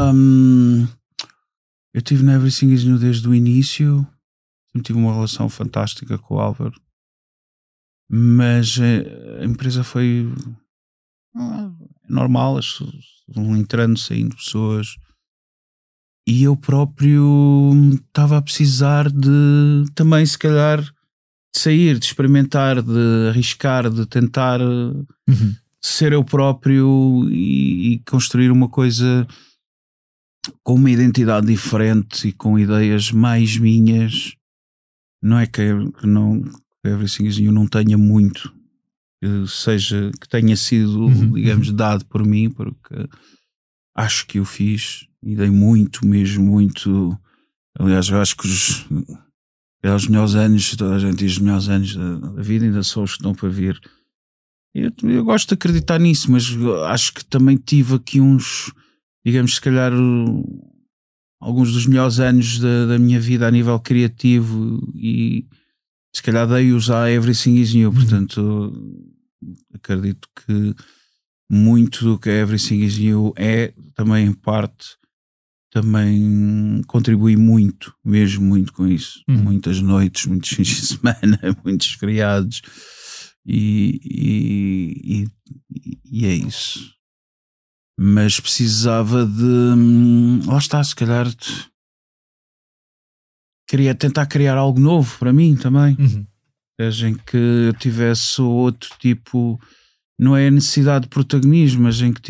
B: Eu tive na Everything Is New desde o início. Sempre tive uma relação fantástica com o Álvaro. Mas a empresa foi normal, as pessoas vão entrando, saindo pessoas, e eu próprio estava a precisar de também, se calhar, de sair, de experimentar, de arriscar, de tentar ser eu próprio e construir uma coisa com uma identidade diferente e com ideias mais minhas. Não é que não Everything Is New não tenha muito que tenha sido, digamos, dado por mim, porque acho que eu fiz e dei muito mesmo, muito. Aliás, eu acho que os melhores anos, toda a gente diz os melhores anos da vida ainda são os que estão para vir. Eu gosto de acreditar nisso, mas acho que também tive aqui uns, digamos, se calhar alguns dos melhores anos da minha vida a nível criativo, e se calhar dei-os a Everything Is New. Portanto, acredito que muito do que a Everything Is New é também, em parte, também contribui muito, mesmo muito com isso. Muitas noites, muitos fins de semana, muitos feriados, e é isso. Mas precisava de, lá está, se calhar queria tentar criar algo novo para mim também, em que eu tivesse outro tipo, não é a necessidade de protagonismo, mas em que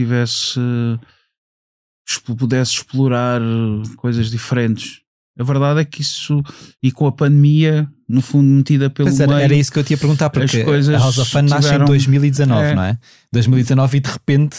B: pudesse explorar coisas diferentes. A verdade é que isso, e com a pandemia, no fundo, metida pelo meio.
A: Era isso que eu te ia perguntar, porque a House of Fun nasce em 2019, não é? 2019, e de repente,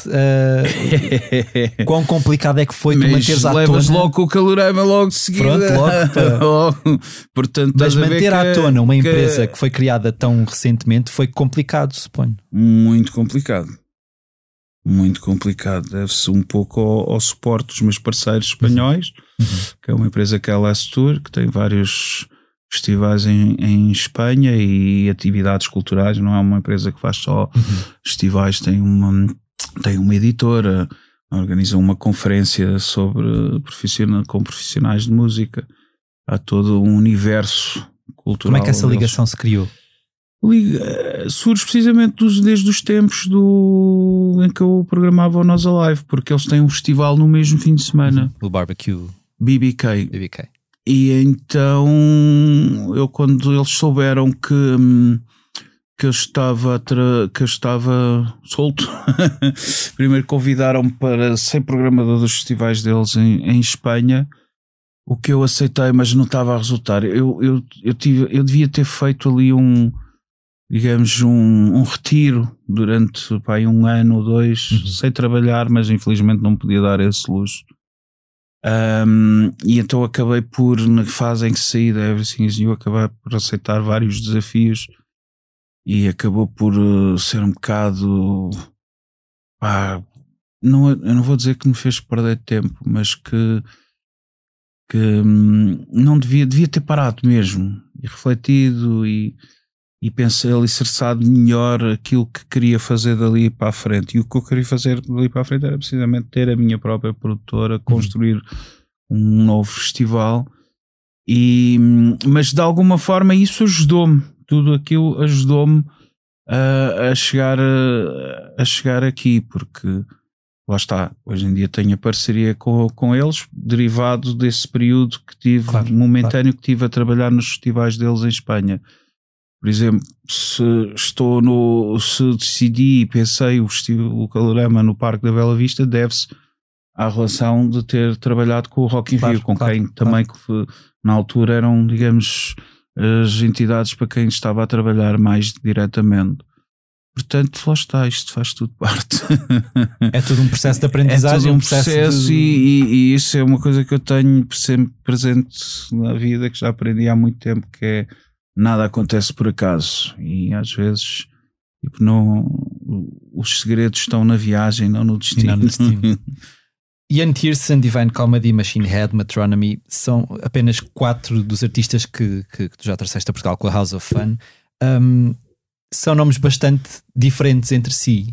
A: quão complicado é que foi tu manteres à tona.
B: Levas logo com o calorama logo de seguida.
A: Pronto,
B: logo. Portanto,
A: mas manter à tona uma empresa que foi criada tão recentemente foi complicado, suponho.
B: Muito complicado. Muito complicado. Deve-se um pouco ao suporte dos meus parceiros espanhóis, que é uma empresa que é a Last Tour, que tem vários festivais em Espanha e atividades culturais. Não é uma empresa que faz só festivais, tem tem uma editora, organizam uma conferência com profissionais de música. Há todo um universo cultural.
A: Como é que essa ligação se criou?
B: Surge precisamente desde os tempos em que eu programava o Nós Alive, porque eles têm um festival no mesmo fim de semana.
A: O Barbecue.
B: BBK. E então, quando eles souberam que eu estava solto, primeiro convidaram-me para ser programador dos festivais deles em Espanha, o que eu aceitei, mas não estava a resultar. Eu devia ter feito ali um retiro durante um ano ou dois, sem trabalhar, mas infelizmente não podia dar esse luxo. E então acabei na fase em que saí da Everything Is New, acabei por aceitar vários desafios e acabou por ser um bocado eu não vou dizer que me fez perder tempo, mas que não devia ter parado mesmo e refletido e pensei alicerçado melhor aquilo que queria fazer dali para a frente. E o que eu queria fazer dali para a frente era precisamente ter a minha própria produtora, construir um novo festival, mas de alguma forma isso ajudou-me, tudo aquilo ajudou-me a chegar aqui, porque lá está, hoje em dia tenho a parceria com eles, derivado desse período que tive, momentâneo, que tive a trabalhar nos festivais deles em Espanha. Por exemplo, se decidi e pensei o Calorama no Parque da Bela Vista, deve-se à relação de ter trabalhado com o Rock in Rio, quem também na altura eram, digamos, as entidades para quem estava a trabalhar mais diretamente. Portanto, lá está, isto faz tudo parte.
A: É tudo um processo de aprendizagem,
B: é um processo e isso é uma coisa que eu tenho sempre presente na vida, que já aprendi há muito tempo, que é nada acontece por acaso, e às vezes os segredos estão na viagem, não no destino.
A: Ian Tiersen, Divine Comedy, Machine Head, Metronomy são apenas 4 dos artistas que tu já trouxeste a Portugal com a House of Fun. São nomes bastante diferentes entre si.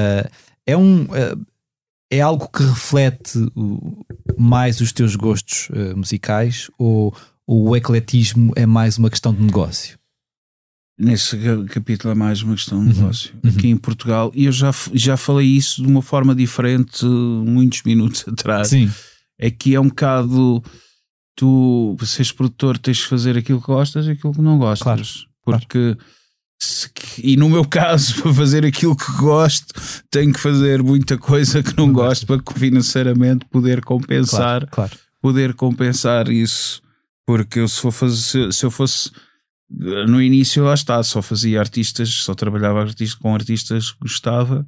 A: É algo que reflete mais os teus gostos musicais, ou o ecletismo é mais uma questão de negócio?
B: Nesse capítulo é mais uma questão de negócio. Aqui em Portugal, e eu já falei isso de uma forma diferente muitos minutos atrás.
A: Sim.
B: É que é um bocado, tu, para seres produtor, tens de fazer aquilo que gostas e aquilo que não gostas. Porque e no meu caso, para fazer aquilo que gosto, tenho que fazer muita coisa que não gosto para financeiramente poder compensar, poder compensar isso. Porque se eu fosse no início, lá está, só fazia artistas, só trabalhava com artistas que gostava,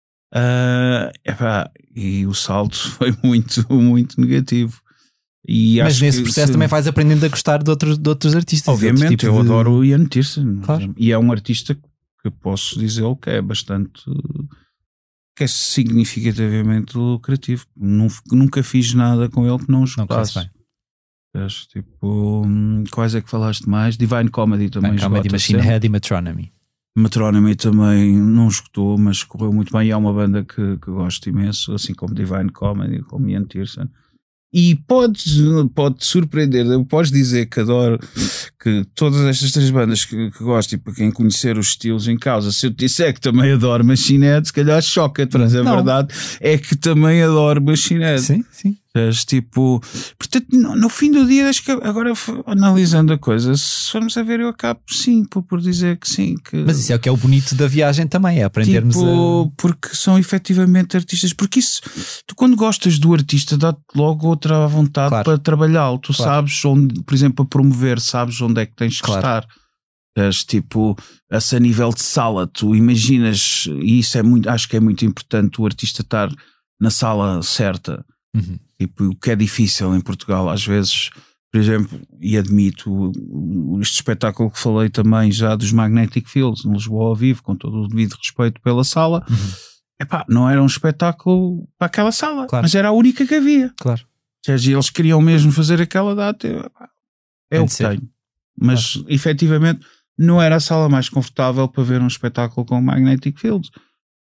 B: e o salto foi muito, muito negativo.
A: Mas nesse processo também vais aprendendo a gostar de outros artistas.
B: Obviamente, eu adoro o Ian Tiersen, e é um artista que posso dizer que é bastante, que é significativamente lucrativo. Nunca fiz nada com ele que não gostasse. Tipo, quais é que falaste mais? Divine Comedy também.
A: Machine Head e Metronomy.
B: Metronomy também não escutou, mas correu muito bem. E é uma banda que gosto imenso, assim como Divine Comedy, como Ian Tiersen. E pode surpreender, podes dizer que adoro, que todas estas 3 bandas que gosto, e para quem conhecer os estilos em causa, se eu te disser que também adoro Machine Head, se calhar choca-te, mas a verdade é que também adoro Machine Head.
A: Sim.
B: Tipo, portanto, no fim do dia, acho que agora analisando a coisa, se formos a ver, eu acabo sim por dizer que sim.
A: Mas isso é o que é o bonito da viagem também, é aprendermos
B: porque são efetivamente artistas, porque isso, tu quando gostas do artista, dá-te logo outra vontade para trabalhá-lo. Tu sabes onde, por exemplo, a promover, sabes onde é que tens que estar. Tipo, a nível de sala, tu imaginas, e isso é muito, acho que é muito importante, o artista estar na sala certa. Tipo, o que é difícil em Portugal às vezes, por exemplo, e admito este espetáculo que falei também já dos Magnetic Fields em Lisboa ao vivo, com todo o devido respeito pela sala, não era um espetáculo para aquela sala, mas era a única que havia. Eles queriam mesmo fazer aquela data, é o que tenho, mas efetivamente não era a sala mais confortável para ver um espetáculo com Magnetic Fields.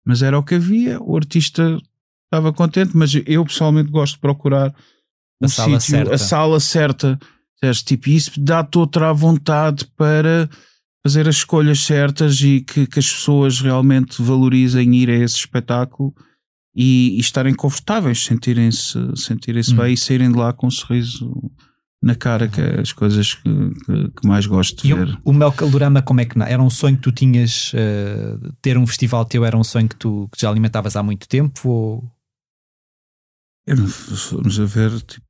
B: mas era o que havia, o artista estava contente, mas eu pessoalmente gosto de procurar
A: a
B: sala certa. Tipo, isso dá-te outra vontade para fazer as escolhas certas e que as pessoas realmente valorizem ir a esse espetáculo e estarem confortáveis, sentirem-se bem e saírem de lá com um sorriso na cara, que é as coisas que mais gosto de ver.
A: O Melcalorama, como é que era um sonho que tu tinhas? Ter um festival teu era um sonho que tu já alimentavas há muito tempo? Ou...
B: Vamos a ver, tipo,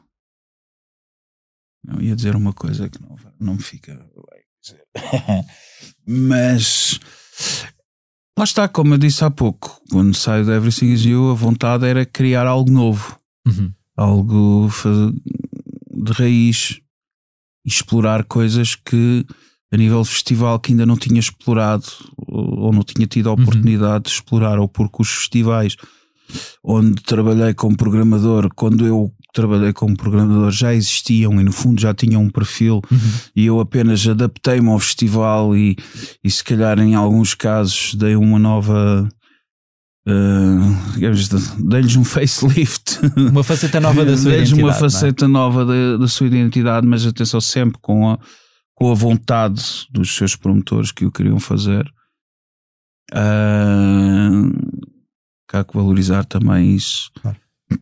B: não ia dizer uma coisa que não me fica bem dizer. Mas lá está, como eu disse há pouco, quando saio de Everything Is You, a vontade era criar algo novo, algo de raiz, e explorar coisas que a nível festival que ainda não tinha explorado ou não tinha tido a oportunidade de explorar, ou porque os festivais onde trabalhei como programador, quando eu trabalhei como programador, já existiam e no fundo já tinham um perfil, e eu apenas adaptei-me ao festival e se calhar em alguns casos dei uma nova dei-lhes um facelift,
A: uma faceta nova da sua
B: dei-lhes
A: identidade,
B: uma faceta nova da sua identidade, mas atenção, sempre com a vontade dos seus promotores que o queriam fazer. Há que valorizar também isso. Claro.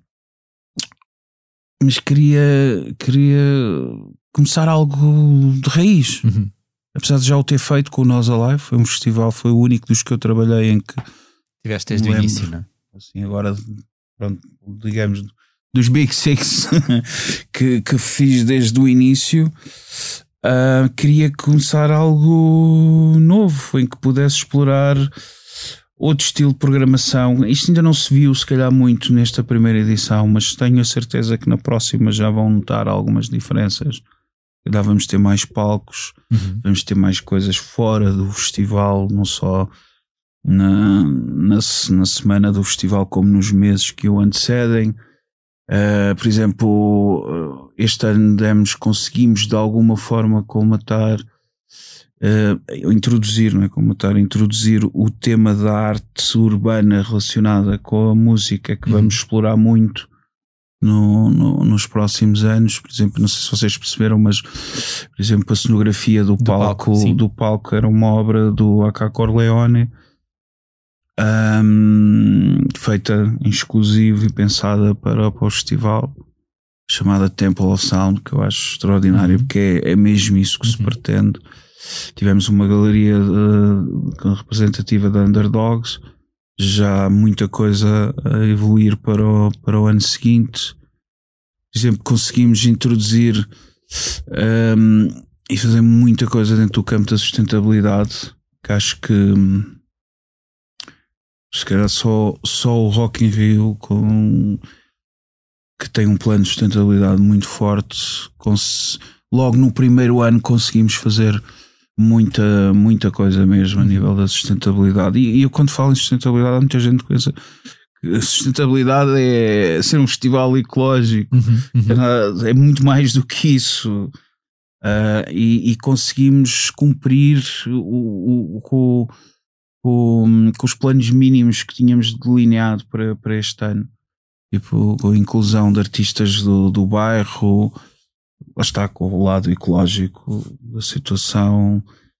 B: Mas queria começar algo de raiz. Apesar de já o ter feito com o Nós Alive, foi um festival, foi o único dos que eu trabalhei em que
A: tiveste desde o início, não é?
B: Assim, agora, pronto, digamos, dos Big Six que fiz desde o início. Queria começar algo novo em que pudesse explorar outro estilo de programação. Isto ainda não se viu se calhar muito nesta primeira edição, mas tenho a certeza que na próxima já vão notar algumas diferenças. Vamos ter mais palcos, vamos ter mais coisas fora do festival, não só na semana do festival como nos meses que o antecedem. Por exemplo, este ano conseguimos de alguma forma introduzir o tema da arte urbana relacionada com a música, que vamos explorar muito nos próximos anos. Por exemplo, não sei se vocês perceberam, mas por exemplo a cenografia do palco era uma obra do A.K. Corleone, feita em exclusivo e pensada para o festival, chamada Temple of Sound, que eu acho extraordinário, porque é mesmo isso que se pretende. Tivemos uma galeria representativa da Underdogs, já muita coisa a evoluir para o ano seguinte. Por exemplo, conseguimos introduzir e fazer muita coisa dentro do campo da sustentabilidade, que acho que se calhar só o Rock in Rio, que tem um plano de sustentabilidade muito forte, logo no primeiro ano conseguimos fazer muita coisa mesmo a nível da sustentabilidade. E eu, quando falo em sustentabilidade, há muita gente que pensa que sustentabilidade é ser um festival ecológico. É muito mais do que isso. E conseguimos cumprir com os planos mínimos que tínhamos delineado para este ano, tipo, com a inclusão de artistas do bairro. Lá está, com o lado ecológico da situação.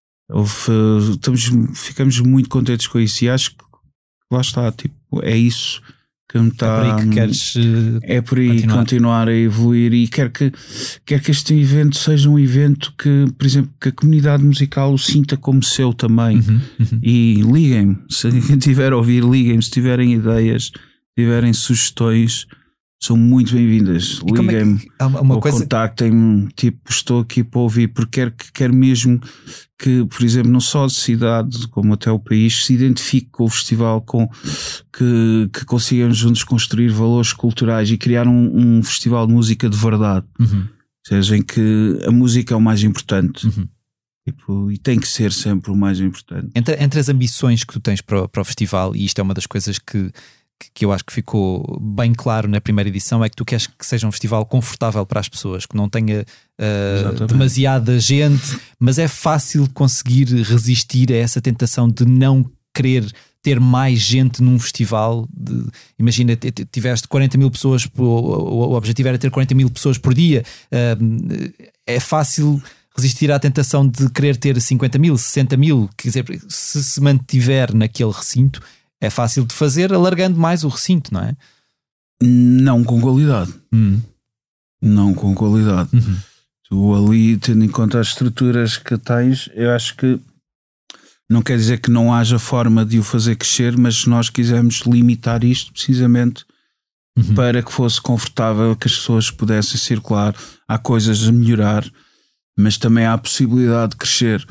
B: Ficamos muito contentes com isso, e acho que lá está, tipo, é isso que me está.
A: É por aí que queres
B: continuar a evoluir, e quero que este evento seja um evento que, por exemplo, que a comunidade musical o sinta como seu também. E liguem-me, se alguém tiver a ouvir, liguem-me, se tiverem ideias, tiverem sugestões, são muito bem-vindas. Liguem-me ou contactem-me, tipo, estou aqui para ouvir, porque quero mesmo que, por exemplo, não só a cidade como até o país se identifique com o festival, que consigamos juntos construir valores culturais e criar um festival de música de verdade. Ou seja, em que a música é o mais importante. Tipo, e tem que ser sempre o mais importante.
A: Entre as ambições que tu tens para o festival, e isto é uma das coisas que eu acho que ficou bem claro na primeira edição, é que tu queres que seja um festival confortável para as pessoas, que não tenha demasiada gente, mas é fácil conseguir resistir a essa tentação de não querer ter mais gente num festival. Imagina, tiveste 40 mil pessoas, o objetivo era ter 40 mil pessoas por dia. É fácil resistir à tentação de querer ter 50 mil, 60 mil. Quer dizer, se mantiver naquele recinto, é fácil de fazer, alargando mais o recinto, não é?
B: Não com qualidade. Não com qualidade. Tu ali, tendo em conta as estruturas que tens, eu acho que não quer dizer que não haja forma de o fazer crescer, mas nós quisemos limitar isto precisamente para que fosse confortável, que as pessoas pudessem circular. Há coisas a melhorar, mas também há a possibilidade de crescer.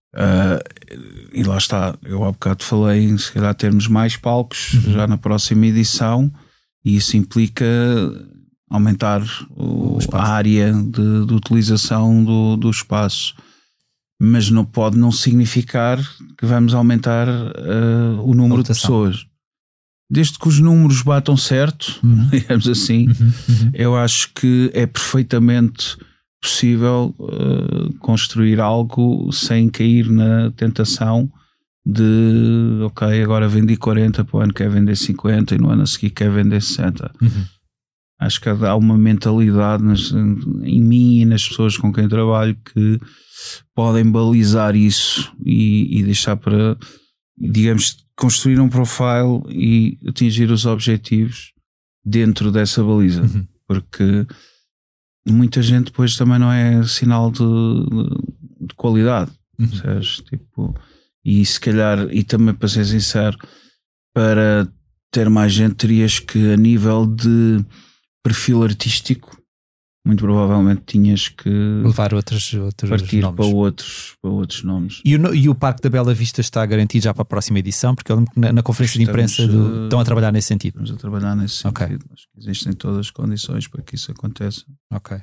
B: E lá está, eu há bocado falei em se calhar termos mais palcos já na próxima edição, e isso implica aumentar a área de utilização do espaço. Mas não pode não significar que vamos aumentar o número de pessoas. Desde que os números batam certo, digamos assim, eu acho que é perfeitamente possível construir algo sem cair na tentação de ok, agora vendi 40, para o ano quer vender 50 e no ano a seguir quer vender 60. Acho que há uma mentalidade em mim e nas pessoas com quem trabalho que podem balizar isso e deixar para, digamos, construir um profile e atingir os objetivos dentro dessa baliza, porque muita gente depois também não é sinal de qualidade, sabes? Tipo, e se calhar, e também para ser sincero, para ter mais gente terias que, a nível de perfil artístico, muito provavelmente tinhas que
A: levar outros
B: partir
A: nomes.
B: para outros nomes.
A: E o Parque da Bela Vista está garantido já para a próxima edição? Porque eu lembro que na conferência de imprensa estão a trabalhar nesse sentido.
B: Estamos a trabalhar nesse sentido. Acho que existem todas as condições para que isso aconteça.
A: Ok.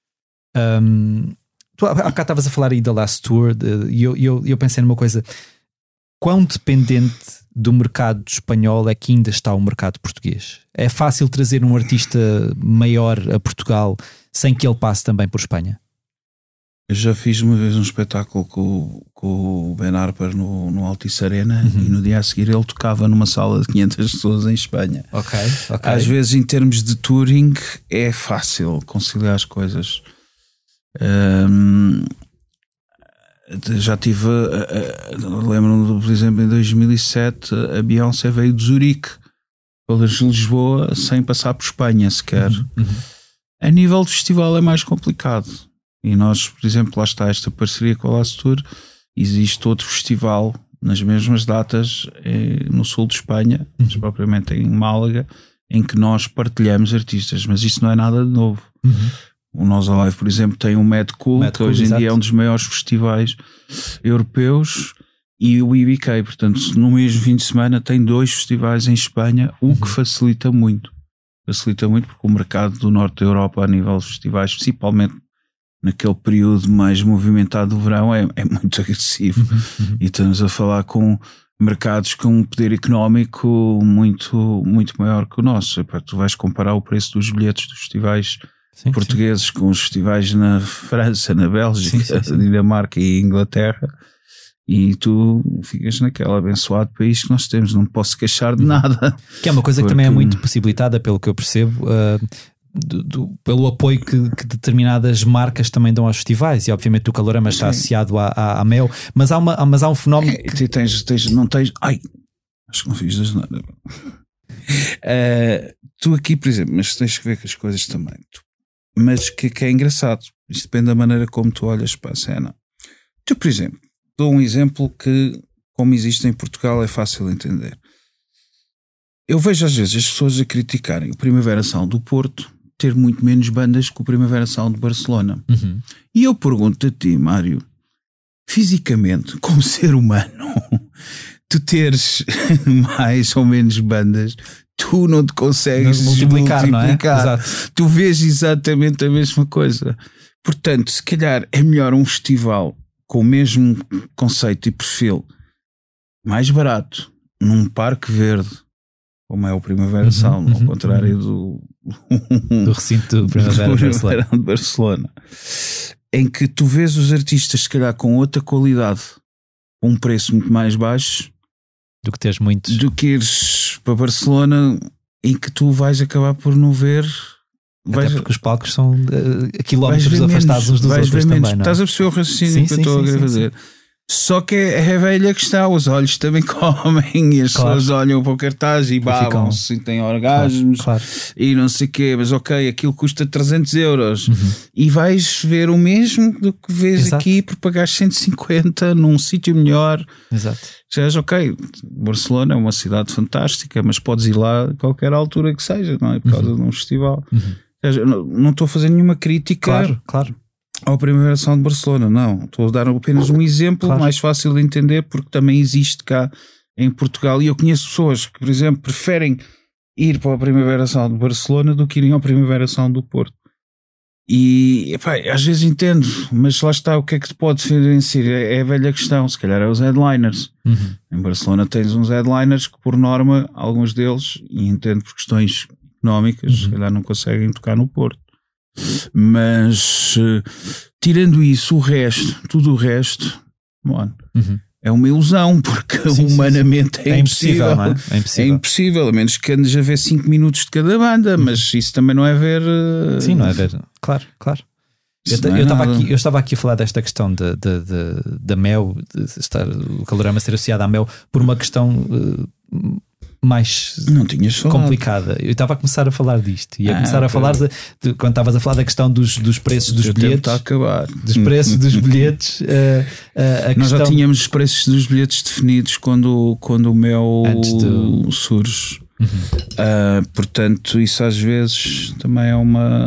A: Tu há bocado estavas a falar aí da Last Tour e eu pensei numa coisa: quão dependente do mercado espanhol é que ainda está o mercado português? É fácil trazer um artista maior a Portugal sem que ele passe também por Espanha?
B: Eu já fiz uma vez um espetáculo com o Ben Harper no Altice Arena e no dia a seguir ele tocava numa sala de 500 pessoas em Espanha.
A: Ok.
B: Às vezes, em termos de touring, é fácil conciliar as coisas. Já tive, lembro-me, por exemplo, em 2007 a Beyoncé veio de Zurique para Lisboa sem passar por Espanha sequer. A nível de festival é mais complicado, e nós, por exemplo, lá está esta parceria com a Last Tour. Existe outro festival nas mesmas datas no sul de Espanha, mas propriamente em Málaga, em que nós partilhamos artistas, mas isso não é nada de novo. O Nós Alive, por exemplo, tem o Mad Cool, que hoje em dia é um dos maiores festivais europeus, e o IBK. Portanto, no mesmo fim de semana tem 2 festivais em Espanha, o que facilita muito. Porque o mercado do norte da Europa, a nível de festivais, principalmente naquele período mais movimentado do verão, é muito agressivo. E estamos a falar com mercados com um poder económico muito, muito maior que o nosso. Tu vais comparar o preço dos bilhetes dos festivais portugueses com os festivais na França, na Bélgica, Dinamarca e Inglaterra, e tu ficas naquele abençoado país que nós temos, não posso queixar de nada.
A: Que é uma coisa que também é muito possibilitada, pelo que eu percebo, pelo apoio que determinadas marcas também dão aos festivais, e obviamente o Calorama está associado à Mel, mas há um fenómeno
B: que não tens. Ai, acho que não fiz das nada. Tu aqui, por exemplo, mas tens que ver que as coisas também. Mas que é engraçado, isto depende da maneira como tu olhas para a cena. Tu, por exemplo, dou um exemplo que, como existe em Portugal, é fácil entender. Eu vejo às vezes as pessoas a criticarem o Primavera Sound do Porto ter muito menos bandas que o Primavera Sound de Barcelona. E eu pergunto a ti, Mário, fisicamente, como ser humano, tu teres mais ou menos bandas, tu não te consegues multiplicar. Não é? Exato. Tu vês exatamente a mesma coisa. Portanto, se calhar é melhor um festival com o mesmo conceito e perfil, mais barato, num parque verde, como é o Primavera Sound, ao contrário do
A: recinto do Primavera
B: de Barcelona, em que tu vês os artistas, se calhar com outra qualidade, com um preço muito mais baixo,
A: Do que teres muitos.
B: Do que ires para Barcelona em que tu vais acabar por não ver.
A: Até porque os palcos são quilómetros afastados uns dos outros também, não é?
B: Estás a perceber o raciocínio que eu estou a querer fazer. Só que é a velha que está, os olhos também comem e as pessoas olham para o cartaz e babam-se e têm orgasmos e não sei o quê, mas ok, aquilo custa 300 euros e vais ver o mesmo do que vês aqui por pagar 150 num sítio melhor.
A: Exato.
B: Já ok, Barcelona é uma cidade fantástica, mas podes ir lá a qualquer altura que seja, não é? Por causa de um festival. Não estou a fazer nenhuma crítica.
A: Claro.
B: Ao Primavera Sound de Barcelona, não. Estou a dar apenas um exemplo mais fácil de entender, porque também existe cá em Portugal. E eu conheço pessoas que, por exemplo, preferem ir para a Primavera Sound de Barcelona do que irem ao Primavera Sound do Porto. E epá, às vezes entendo, mas lá está, o que é que te pode diferenciar? É a velha questão, se calhar é os headliners. Em Barcelona tens uns headliners que, por norma, alguns deles, e entendo por questões económicas, se calhar não conseguem tocar no Porto. Mas tirando isso, o resto, tudo o resto, mano, é uma ilusão, porque humanamente é impossível. Não é? É impossível, a menos que andes a ver 5 minutos de cada banda, mas isso também não é ver.
A: Sim, não é ver, claro. Eu estava aqui a falar desta questão da Mel, de estar o Calorama ser associado à Mel por uma questão mais complicada. Eu estava a começar a falar disto e a começar a falar de quando estavas a falar da questão dos preços dos bilhetes, dos preços dos bilhetes.
B: Nós já tínhamos os preços dos bilhetes definidos quando o Mel surge. Portanto, isso às vezes também é uma.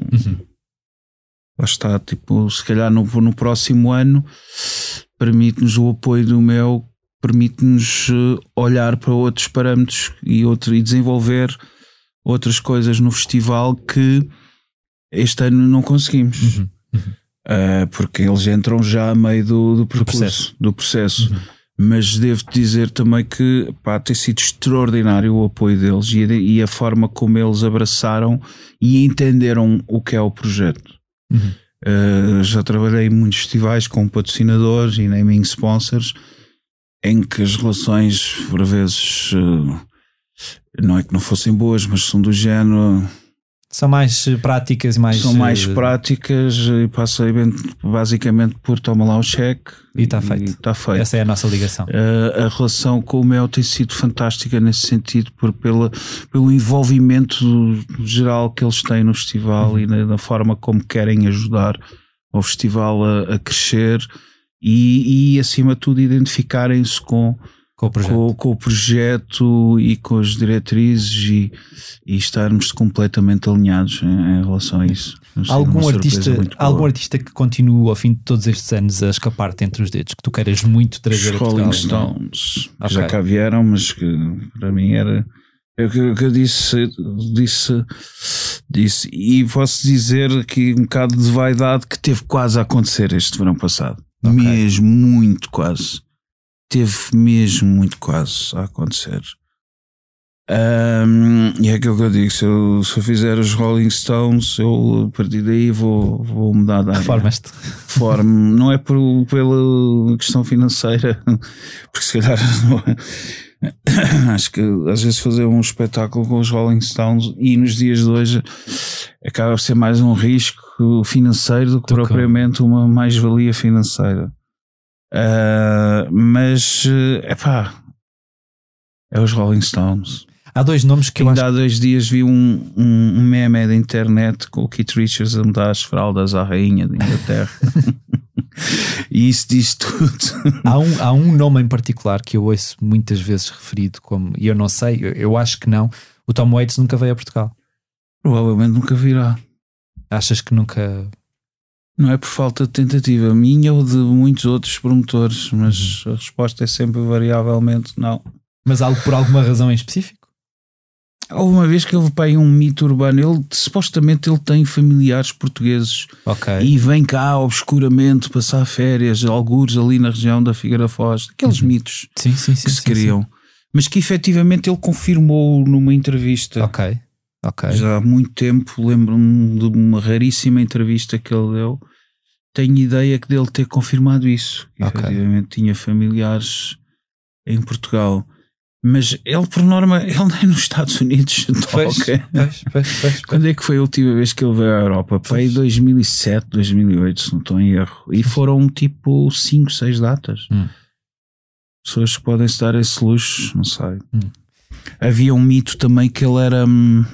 B: Lá está, tipo, se calhar no próximo ano permite-nos o apoio do Mel. Permite-nos olhar para outros parâmetros e desenvolver outras coisas no festival que este ano não conseguimos. Porque eles entram já a meio do processo. Mas devo-te dizer também que tem sido extraordinário o apoio deles e a forma como eles abraçaram e entenderam o que é o projeto. Já trabalhei em muitos festivais com patrocinadores e naming sponsors em que as relações, por vezes, não é que não fossem boas, mas são do género.
A: São mais práticas,
B: são mais práticas e passa basicamente por toma lá o cheque
A: e está feito. Essa é a nossa ligação.
B: A relação com o Mel tem sido fantástica nesse sentido, pelo envolvimento geral que eles têm no festival e na forma como querem ajudar o festival a crescer. E acima de tudo identificarem-se com o projeto e com as diretrizes e estarmos completamente alinhados em relação a isso.
A: Algum artista que continue ao fim de todos estes anos a escapar-te entre os dedos, que tu queiras muito trazer
B: os Rolling Stones, que já cá vieram, mas que para mim era o que eu disse, e posso dizer aqui um bocado de vaidade que teve quase a acontecer este verão passado. Mesmo muito quase. Teve mesmo muito quase a acontecer. E é aquilo que eu digo: se eu fizer os Rolling Stones, eu a partir daí vou mudar de área.
A: Reformas-te.
B: Não é pela questão financeira, porque se calhar acho que às vezes fazer um espetáculo com os Rolling Stones e nos dias de hoje acaba por ser mais um risco financeiro do que propriamente uma mais-valia financeira. Mas é os Rolling Stones.
A: Há dois nomes que
B: há 2 dias vi um meme da internet com o Keith Richards a mudar as fraldas à rainha da Inglaterra. E isso diz tudo.
A: Há um nome em particular que eu ouço muitas vezes referido como, e eu não sei, eu acho que não, o Tom Waits nunca veio a Portugal.
B: Provavelmente nunca virá.
A: Achas que nunca?
B: Não é por falta de tentativa minha ou de muitos outros promotores, mas a resposta é sempre variavelmente não.
A: Mas por alguma razão em específico?
B: Houve uma vez que ele veio um mito urbano. Supostamente ele tem familiares portugueses e vem cá obscuramente passar férias, algures ali na região da Figueira Foz, aqueles mitos que se criam, mas que efetivamente ele confirmou numa entrevista. Já há muito tempo, lembro-me de uma raríssima entrevista que ele deu. Tenho ideia dele ter confirmado isso, que efetivamente tinha familiares em Portugal. Mas ele, por norma, ele nem nos Estados Unidos toca. Quando é que foi a última vez que ele veio à Europa? Foi em 2007, 2008, se não estou em erro. E foram tipo 5, 6 datas. Pessoas que podem se dar esse luxo, não sei. Havia um mito também que ele era...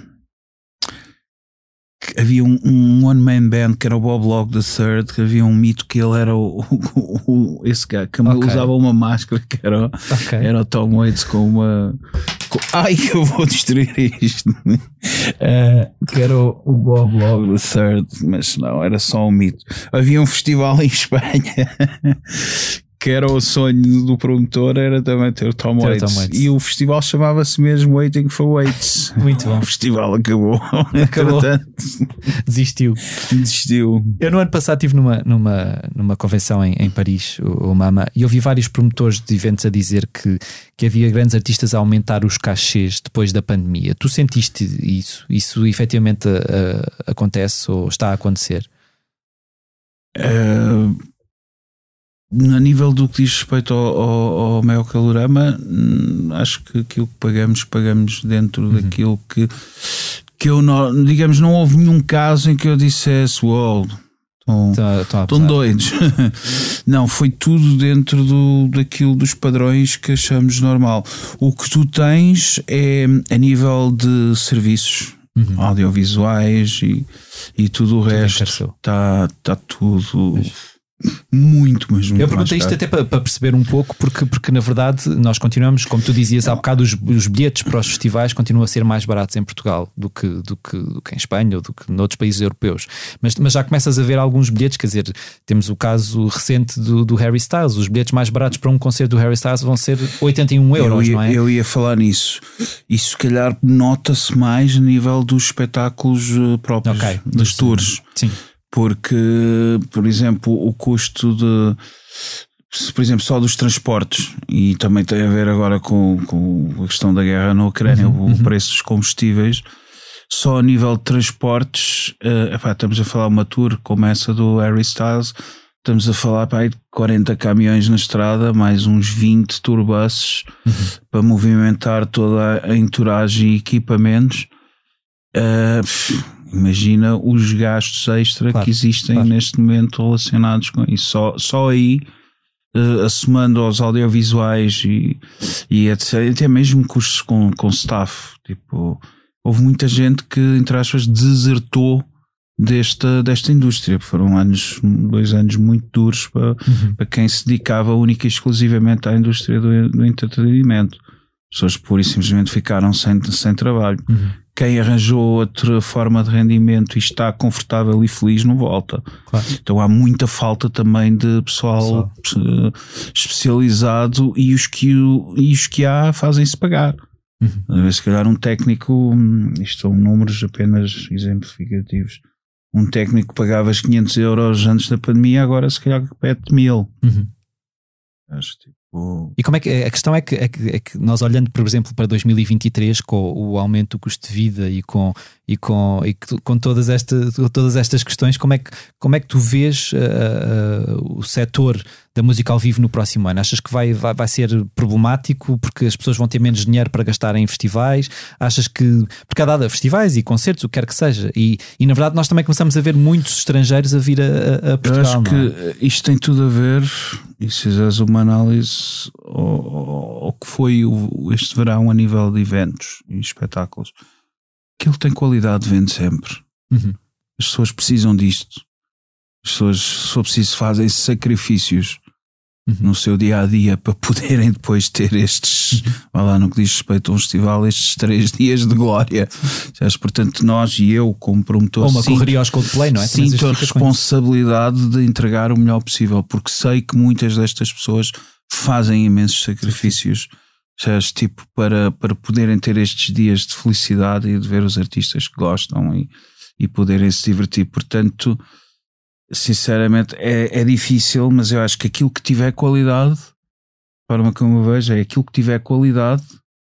B: havia um one-man band que era o Bob Log III, que havia um mito que ele era esse gajo que usava uma máscara que era o Tom Waits com uma... Ai, eu vou destruir isto. Que era o Bob Log III, mas não, era só um mito. Havia um festival em Espanha que era o sonho do promotor, era também ter o Tom Waits. E o festival chamava-se mesmo Waiting for Waits.
A: Muito bom.
B: O festival acabou.
A: Desistiu. Eu no ano passado estive numa convenção em Paris, o Mama, e ouvi vários promotores de eventos a dizer que havia grandes artistas a aumentar os cachês depois da pandemia. Tu sentiste isso? Isso efetivamente acontece ou está a acontecer?
B: A nível do que diz respeito ao Mel Calorama, acho que aquilo que pagamos dentro daquilo que eu não, digamos, não houve nenhum caso em que eu dissesse estão doidos. Não, foi tudo dentro daquilo dos padrões que achamos normal. O que tu tens é a nível de serviços audiovisuais e tudo o resto está tudo muito, mas muito.
A: Eu perguntei isto até para perceber um pouco, porque na verdade nós continuamos, como tu dizias há bocado, os bilhetes para os festivais continuam a ser mais baratos em Portugal do que em Espanha ou do que noutros países europeus, mas já começas a ver alguns bilhetes, quer dizer, temos o caso recente do Harry Styles, os bilhetes mais baratos para um concerto do Harry Styles vão ser 81 euros, não é? Eu
B: ia falar nisso, e se calhar nota-se mais a nível dos espetáculos próprios, dos tours.
A: Sim.
B: Porque, por exemplo, o custo por exemplo, só dos transportes, e também tem a ver agora com a questão da guerra na Ucrânia, o preço dos combustíveis, só a nível de transportes, estamos a falar uma tour como essa do Harry Styles, estamos a falar de 40 caminhões na estrada, mais uns 20 tourbuses para movimentar toda a entourage e equipamentos. Imagina os gastos extra que existem neste momento relacionados com isso. Só aí, assomando aos audiovisuais e etc., até mesmo custos com staff. Tipo, houve muita gente que, entre aspas, desertou desta indústria. Foram 2 anos muito duros para quem se dedicava única e exclusivamente à indústria do entretenimento. As pessoas pura e simplesmente ficaram sem trabalho. Quem arranjou outra forma de rendimento e está confortável e feliz não volta. Então há muita falta também de pessoal especializado, e os que há fazem-se pagar. Se calhar um técnico, isto são números apenas exemplificativos, um técnico pagavas 500 euros antes da pandemia, agora se calhar pede 1000. Acho tipo...
A: E como é que a questão é que nós, olhando, por exemplo, para 2023, com o aumento do custo de vida e com todas estas questões, como é que tu vês o setor da música ao vivo no próximo ano? Achas que vai ser problemático porque as pessoas vão ter menos dinheiro para gastar em festivais? Achas que, porque há dado festivais e concertos, o que quer que seja, e na verdade nós também começamos a ver muitos estrangeiros a vir a Portugal.
B: Eu acho que isto tem tudo a ver, e se fizeres uma análise ao que foi este verão a nível de eventos e espetáculos, aquilo tem qualidade, vende sempre. As pessoas precisam disto. As pessoas, se for preciso, fazem sacrifícios no seu dia a dia para poderem depois ter estes, no que diz respeito a um festival, estes 3 dias de glória. Portanto, nós e eu, como promotor,
A: ou uma correria aos Coldplay, não é?
B: Sinto a responsabilidade de entregar o melhor possível, porque sei que muitas destas pessoas fazem imensos sacrifícios, tipo, para poderem ter estes dias de felicidade e de ver os artistas que gostam e poderem se divertir. Portanto, sinceramente é difícil, mas eu acho que aquilo que tiver qualidade, a forma como eu vejo, é aquilo que tiver qualidade,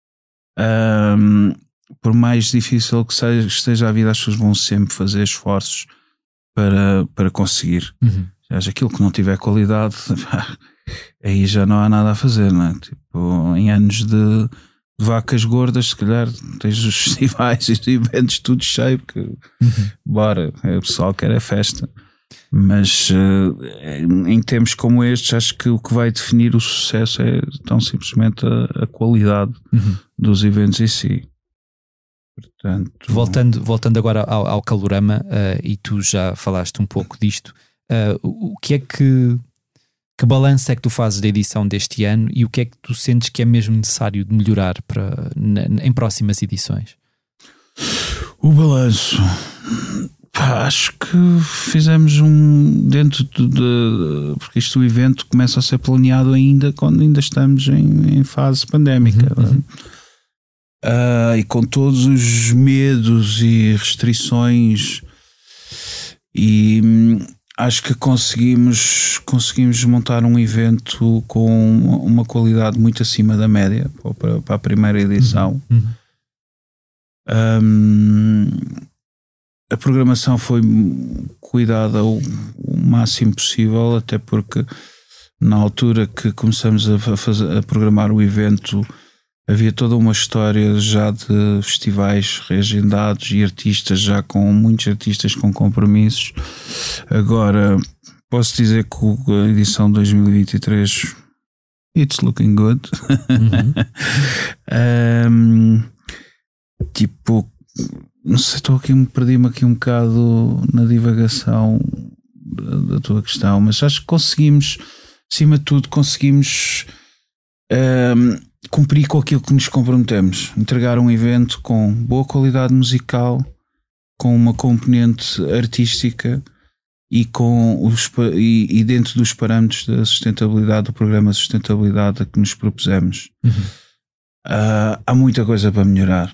B: por mais difícil que esteja a vida, as pessoas vão sempre fazer esforços para conseguir. Aquilo que não tiver qualidade, aí já não há nada a fazer, não é? Tipo, em anos de vacas gordas, se calhar tens os festivais e os eventos tudo cheio, porque bora, o pessoal quer a festa. Mas em tempos como estes, acho que o que vai definir o sucesso é tão simplesmente a qualidade dos eventos em si. Portanto,
A: voltando agora ao Calorama, e tu já falaste um pouco disto, o que é que balanço é que tu fazes da edição deste ano e o que é que tu sentes que é mesmo necessário de melhorar em próximas edições?
B: O balanço, acho que fizemos dentro porque o evento começa a ser planeado ainda quando ainda estamos em fase pandémica. E com todos os medos e restrições, e acho que conseguimos montar um evento com uma qualidade muito acima da média para a primeira edição. A programação foi cuidada o máximo possível, até porque na altura que começamos a programar o evento havia toda uma história já de festivais reagendados e artistas, já com muitos artistas com compromissos. Agora posso dizer que a edição 2023 it's looking good. Tipo, não sei, perdi-me aqui um bocado na divagação da tua questão, mas acho que conseguimos, acima de tudo, cumprir com aquilo que nos comprometemos, entregar um evento com boa qualidade musical, com uma componente artística e e dentro dos parâmetros da sustentabilidade, do programa de sustentabilidade a que nos propusemos. Há muita coisa para melhorar.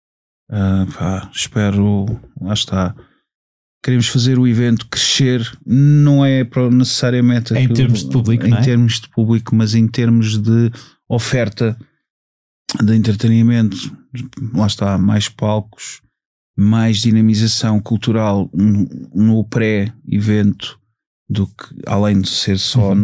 B: Espero, lá está, queremos fazer o evento crescer, não é necessariamente
A: em termos de público,
B: termos de público, mas em termos de oferta de entretenimento. Lá está, mais palcos, mais dinamização cultural no pré-evento, do que além de ser só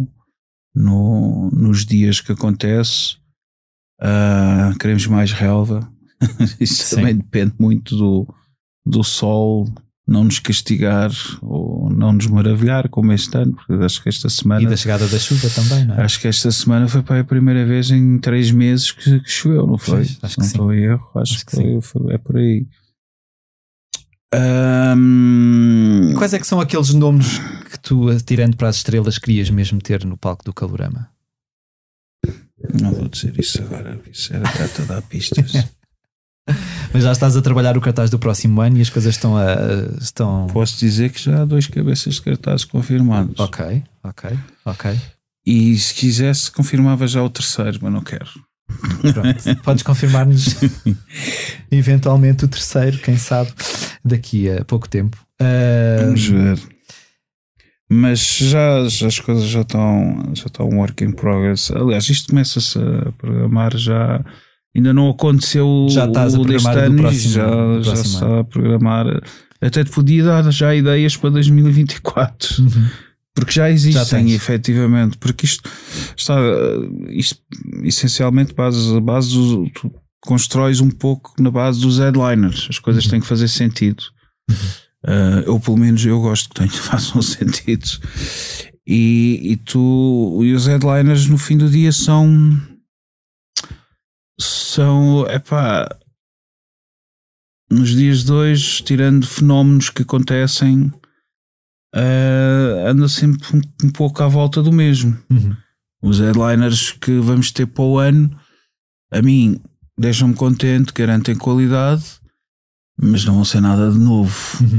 B: nos dias que acontece. Queremos mais relva. Isso também depende muito do sol não nos castigar ou não nos maravilhar, como este ano, porque acho que esta semana...
A: E da chegada da chuva também, não é?
B: Acho que esta semana foi para a primeira vez em 3 meses que choveu, não foi?
A: Pois, acho que
B: não
A: sim.
B: estou em erro, acho que é por aí.
A: Quais é que são aqueles nomes que tu, tirando para as estrelas, querias mesmo ter no palco do Calorama?
B: Não vou dizer isso agora, isso era a dar pistas.
A: Mas já estás a trabalhar o cartaz do próximo ano e as coisas estão...
B: Posso dizer que já há 2 cabeças de cartazes confirmados.
A: Ok.
B: E se quisesse confirmava já o 3º, mas não quero.
A: Pronto. Podes confirmar-nos eventualmente o 3º, quem sabe, daqui a pouco tempo.
B: Vamos ver. Mas já as coisas já estão work in progress. Aliás, isto começa-se a programar já. Ainda não aconteceu
A: já estás a
B: deste ano, já se está a programar. Até te podia dar já ideias para 2024, porque já existem, efetivamente. Porque isto essencialmente tu constróis um pouco na base dos headliners. As coisas têm que fazer sentido. Eu, pelo menos, eu gosto que façam sentido. E os headliners no fim do dia são nos dias de hoje, tirando fenómenos que acontecem, anda sempre um pouco à volta do mesmo. Os headliners que vamos ter para o ano, a mim, deixam-me contente, garantem qualidade, mas não vão ser nada de novo.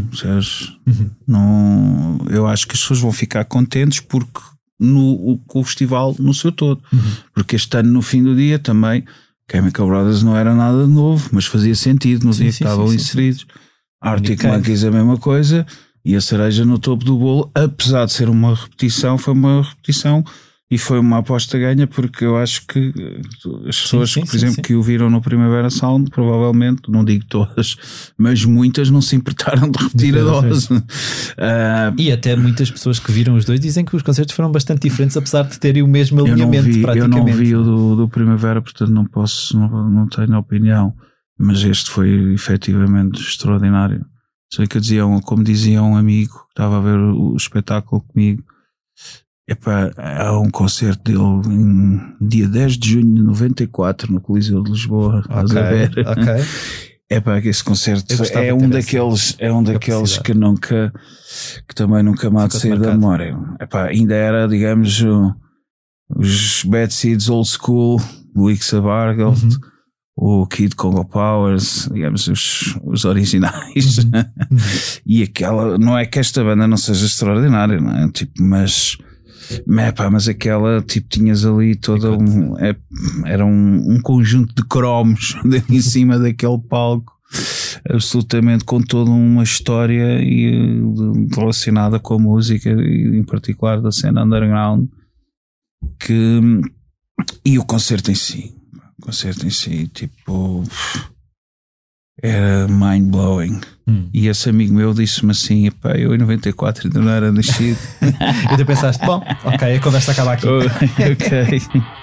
B: Não, eu acho que as pessoas vão ficar contentes porque com o festival no seu todo, porque este ano, no fim do dia, também Chemical Brothers não era nada de novo, mas fazia sentido no dia que estavam inseridos. Arctic Monkeys a mesma coisa, e a cereja no topo do bolo, apesar de ser uma repetição, foi uma repetição E foi uma aposta ganha, porque eu acho que as pessoas, por exemplo, que o viram no Primavera Sound, provavelmente, não digo todas, mas muitas não se importaram de repetir a dose.
A: E até muitas pessoas que viram os dois dizem que os concertos foram bastante diferentes, apesar de terem o mesmo alinhamento praticamente.
B: Eu não vi o do Primavera, portanto não tenho opinião, mas este foi efetivamente extraordinário. Sei que como dizia um amigo que estava a ver o espetáculo comigo, há um concerto dele em dia 10 de junho de 94 no Coliseu de Lisboa. Esse concerto é um daqueles que também nunca mais sair da memória. Ainda era, digamos, os Bad Seeds Old School, o Ixa Bargeld, o Kid Congo Powers, digamos, os originais. E aquela, não é que esta banda não seja extraordinária, não é? Tipo, mas aquela, tipo, tinhas ali toda era um conjunto de cromos em cima daquele palco, absolutamente, com toda uma história relacionada com a música, e em particular da cena underground, e o concerto em si, tipo, era mind-blowing. E esse amigo meu disse-me assim: eu em 94 ainda não era nascido.
A: E tu pensaste, bom, ok, a conversa acaba aqui.
B: Ok.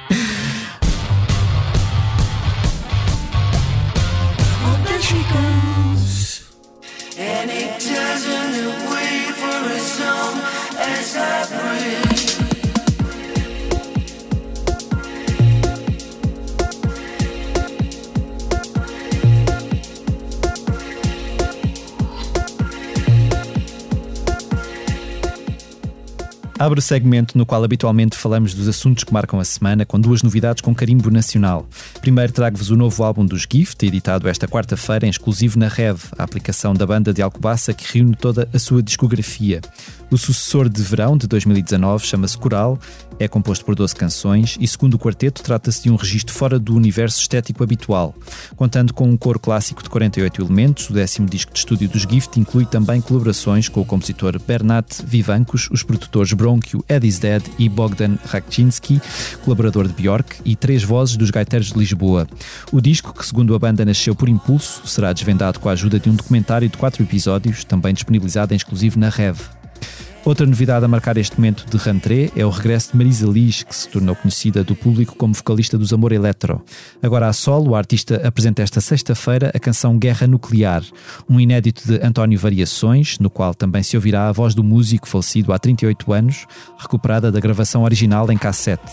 A: Abre o segmento no qual habitualmente falamos dos assuntos que marcam a semana, com duas novidades com carimbo nacional. Primeiro trago-vos o novo álbum dos Gift, editado esta quarta-feira em exclusivo na Rev, a aplicação da banda de Alcobaça que reúne toda a sua discografia. O sucessor de Verão, de 2019, chama-se Coral, é composto por 12 canções e, segundo o quarteto, trata-se de um registro fora do universo estético habitual. Contando com um coro clássico de 48 elementos, o 10º disco de estúdio dos Gift inclui também colaborações com o compositor Bernat Vivancos, os produtores Bronquio, Eddie's Dead e Bogdan Rakczynski, colaborador de Björk, e 3 vozes dos Gaiteiros de Lisboa. O disco, que segundo a banda nasceu por impulso, será desvendado com a ajuda de um documentário de 4 episódios, também disponibilizado em exclusivo na Rev. Outra novidade a marcar este momento de rentrée é o regresso de Marisa Liz, que se tornou conhecida do público como vocalista dos Amor Eletro. Agora a solo, a artista apresenta esta sexta-feira a canção Guerra Nuclear, um inédito de António Variações, no qual também se ouvirá a voz do músico falecido há 38 anos, recuperada da gravação original em cassete.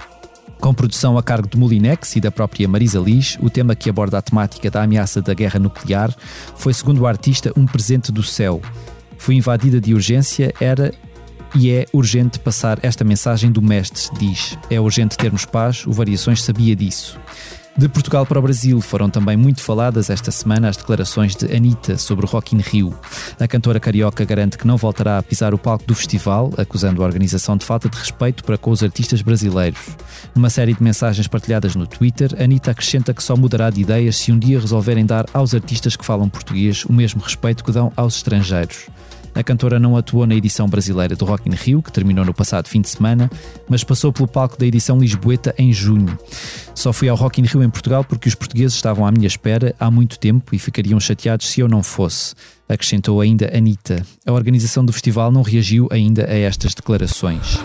A: Com produção a cargo de Molinex e da própria Marisa Liz, o tema que aborda a temática da ameaça da guerra nuclear foi, segundo o artista, um presente do céu. Fui invadida de urgência, era e é urgente passar esta mensagem do mestre, diz. É urgente termos paz, o Variações sabia disso. De Portugal para o Brasil foram também muito faladas esta semana as declarações de Anitta sobre o Rock in Rio. A cantora carioca garante que não voltará a pisar o palco do festival, acusando a organização de falta de respeito para com os artistas brasileiros. Numa série de mensagens partilhadas no Twitter, Anitta acrescenta que só mudará de ideias se um dia resolverem dar aos artistas que falam português o mesmo respeito que dão aos estrangeiros. A cantora não atuou na edição brasileira do Rock in Rio, que terminou no passado fim de semana, mas passou pelo palco da edição lisboeta em junho. Só fui ao Rock in Rio em Portugal porque os portugueses estavam à minha espera há muito tempo e ficariam chateados se eu não fosse, acrescentou ainda Anitta. A organização do festival não reagiu ainda a estas declarações.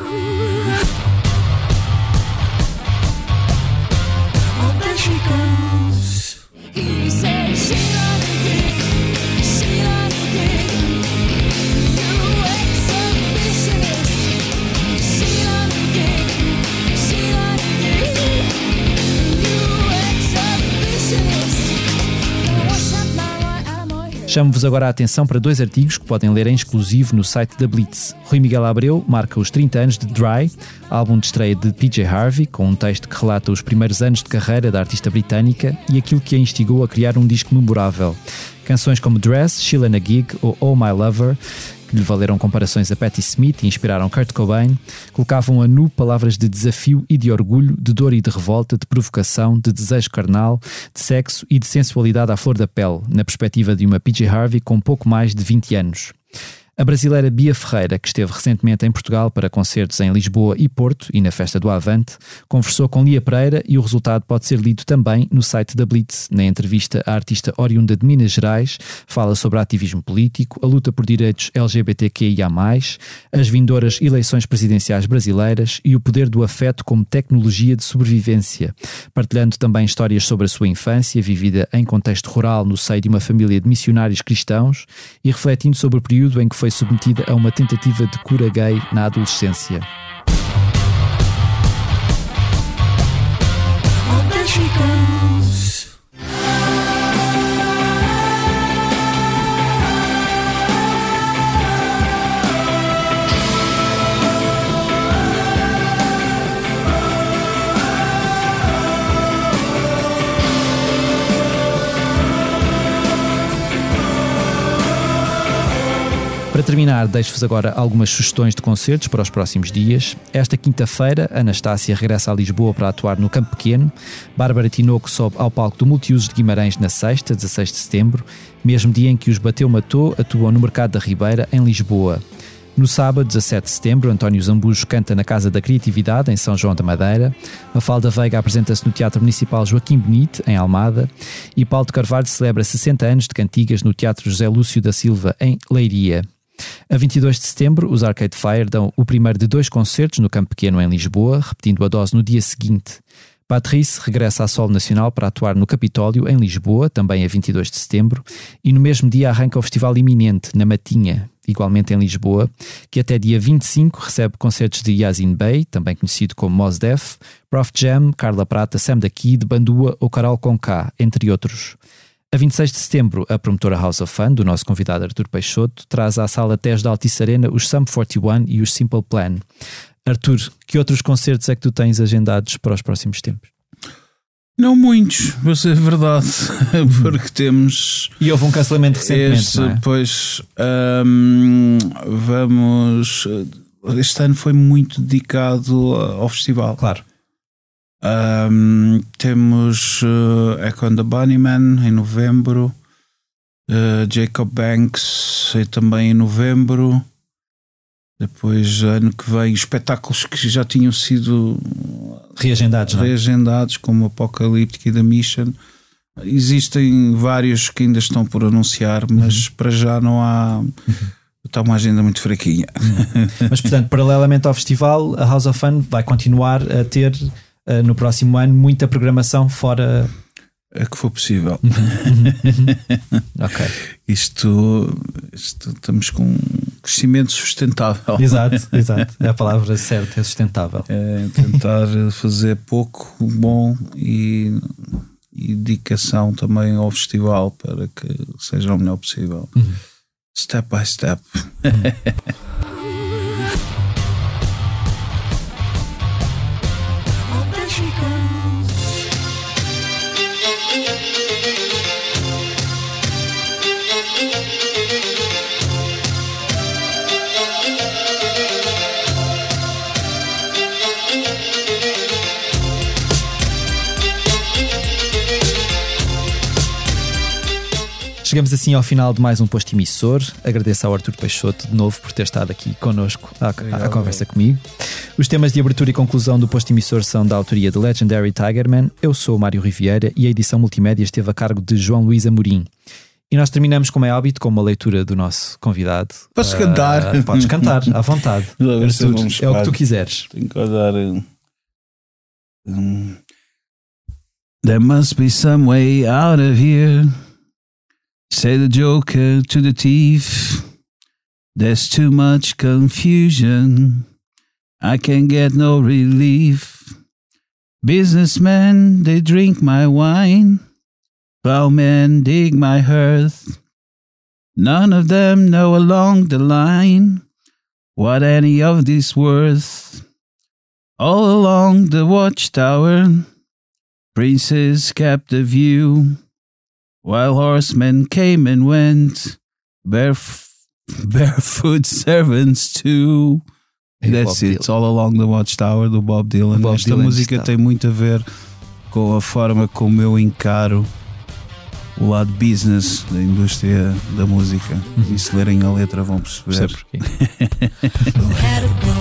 A: Chamo-vos agora a atenção para 2 artigos que podem ler em exclusivo no site da Blitz. Rui Miguel Abreu marca os 30 anos de Dry, álbum de estreia de PJ Harvey, com um texto que relata os primeiros anos de carreira da artista britânica e aquilo que a instigou a criar um disco memorável. Canções como Dress, Sheila na Gig ou Oh My Lover, que lhe valeram comparações a Patti Smith e inspiraram Kurt Cobain, colocavam a nu palavras de desafio e de orgulho, de dor e de revolta, de provocação, de desejo carnal, de sexo e de sensualidade à flor da pele, na perspectiva de uma PJ Harvey com pouco mais de 20 anos. A brasileira Bia Ferreira, que esteve recentemente em Portugal para concertos em Lisboa e Porto e na Festa do Avante, conversou com Lia Pereira e o resultado pode ser lido também no site da Blitz. Na entrevista, a artista oriunda de Minas Gerais fala sobre ativismo político, a luta por direitos LGBTQIA+, as vindouras eleições presidenciais brasileiras e o poder do afeto como tecnologia de sobrevivência, partilhando também histórias sobre a sua infância, vivida em contexto rural no seio de uma família de missionários cristãos e refletindo sobre o período em que foi submetida a uma tentativa de cura gay na adolescência. Para terminar, deixo-vos agora algumas sugestões de concertos para os próximos dias. Esta quinta-feira, Anastácia regressa a Lisboa para atuar no Campo Pequeno. Bárbara Tinoco sobe ao palco do Multiusos de Guimarães na sexta, 16 de setembro, mesmo dia em que os Bateu Matou atuam no Mercado da Ribeira, em Lisboa. No sábado, 17 de setembro, António Zambujo canta na Casa da Criatividade, em São João da Madeira. Mafalda Veiga apresenta-se no Teatro Municipal Joaquim Bonite, em Almada. E Paulo de Carvalho celebra 60 anos de cantigas no Teatro José Lúcio da Silva, em Leiria. A 22 de setembro, os Arcade Fire dão o primeiro de 2 concertos no Campo Pequeno, em Lisboa, repetindo a dose no dia seguinte. Patrice regressa à Solo Nacional para atuar no Capitólio, em Lisboa, também a 22 de setembro, e no mesmo dia arranca o Festival Iminente, na Matinha, igualmente em Lisboa, que até dia 25 recebe concertos de Yazin Bey, também conhecido como Mos Def, Prof Jam, Carla Prata, Sam da Kid, Bandua ou Carol Conká, entre outros. A 26 de setembro, a promotora House of Fun, do nosso convidado Artur Peixoto, traz à Sala TES da Altice Arena os Sum 41 e os Simple Plan. Artur, que outros concertos é que tu tens agendados para os próximos tempos?
B: Não muitos, vou ser verdade, porque temos...
A: E houve um cancelamento recentemente, não é?
B: Pois, vamos... Este ano foi muito dedicado ao festival.
A: Claro.
B: Temos Echo and the Bunnymen em novembro, Jacob Banks também em novembro. Depois, ano que vem, espetáculos que já tinham sido reagendados, como Apocalíptico e The Mission. Existem vários que ainda estão por anunciar, mas para já não há. Está uma agenda muito fraquinha.
A: Mas, portanto, paralelamente ao festival, a House of Fun vai continuar a ter no próximo ano muita programação fora.
B: A que for possível.
A: Ok.
B: Isto estamos com um crescimento sustentável.
A: Exato. É a palavra certa, é sustentável.
B: É tentar fazer pouco, bom e dedicação também ao festival para que seja o melhor possível. Step by step.
A: Chegamos assim ao final de mais um Posto Emissor. Agradeço ao Artur Peixoto de novo por ter estado aqui connosco à conversa comigo. Os temas de abertura e conclusão do Posto Emissor são da autoria de Legendary Tigerman. Eu sou o Mário Riviera e a edição multimédia esteve a cargo de João Luís Amorim. E nós terminamos, como é hábito, com uma leitura do nosso convidado.
B: Posso cantar?
A: Podes cantar, à vontade. Artur, é o que tu quiseres.
B: Tenho que dar... There must be some way out of here. Say the Joker to the thief. There's too much confusion. I can get no relief. Businessmen, they drink my wine. Plowmen dig my hearth. None of them know along the line what any of this worth. All along the watchtower, princes kept the view. While horsemen came and went, barefoot servants too. That's it, All Along the Watchtower, do Bob Dylan. Esta música tem muito a ver com a forma como eu encaro o lado business da indústria da música. E se lerem a letra vão perceber.
A: Percebe porquê.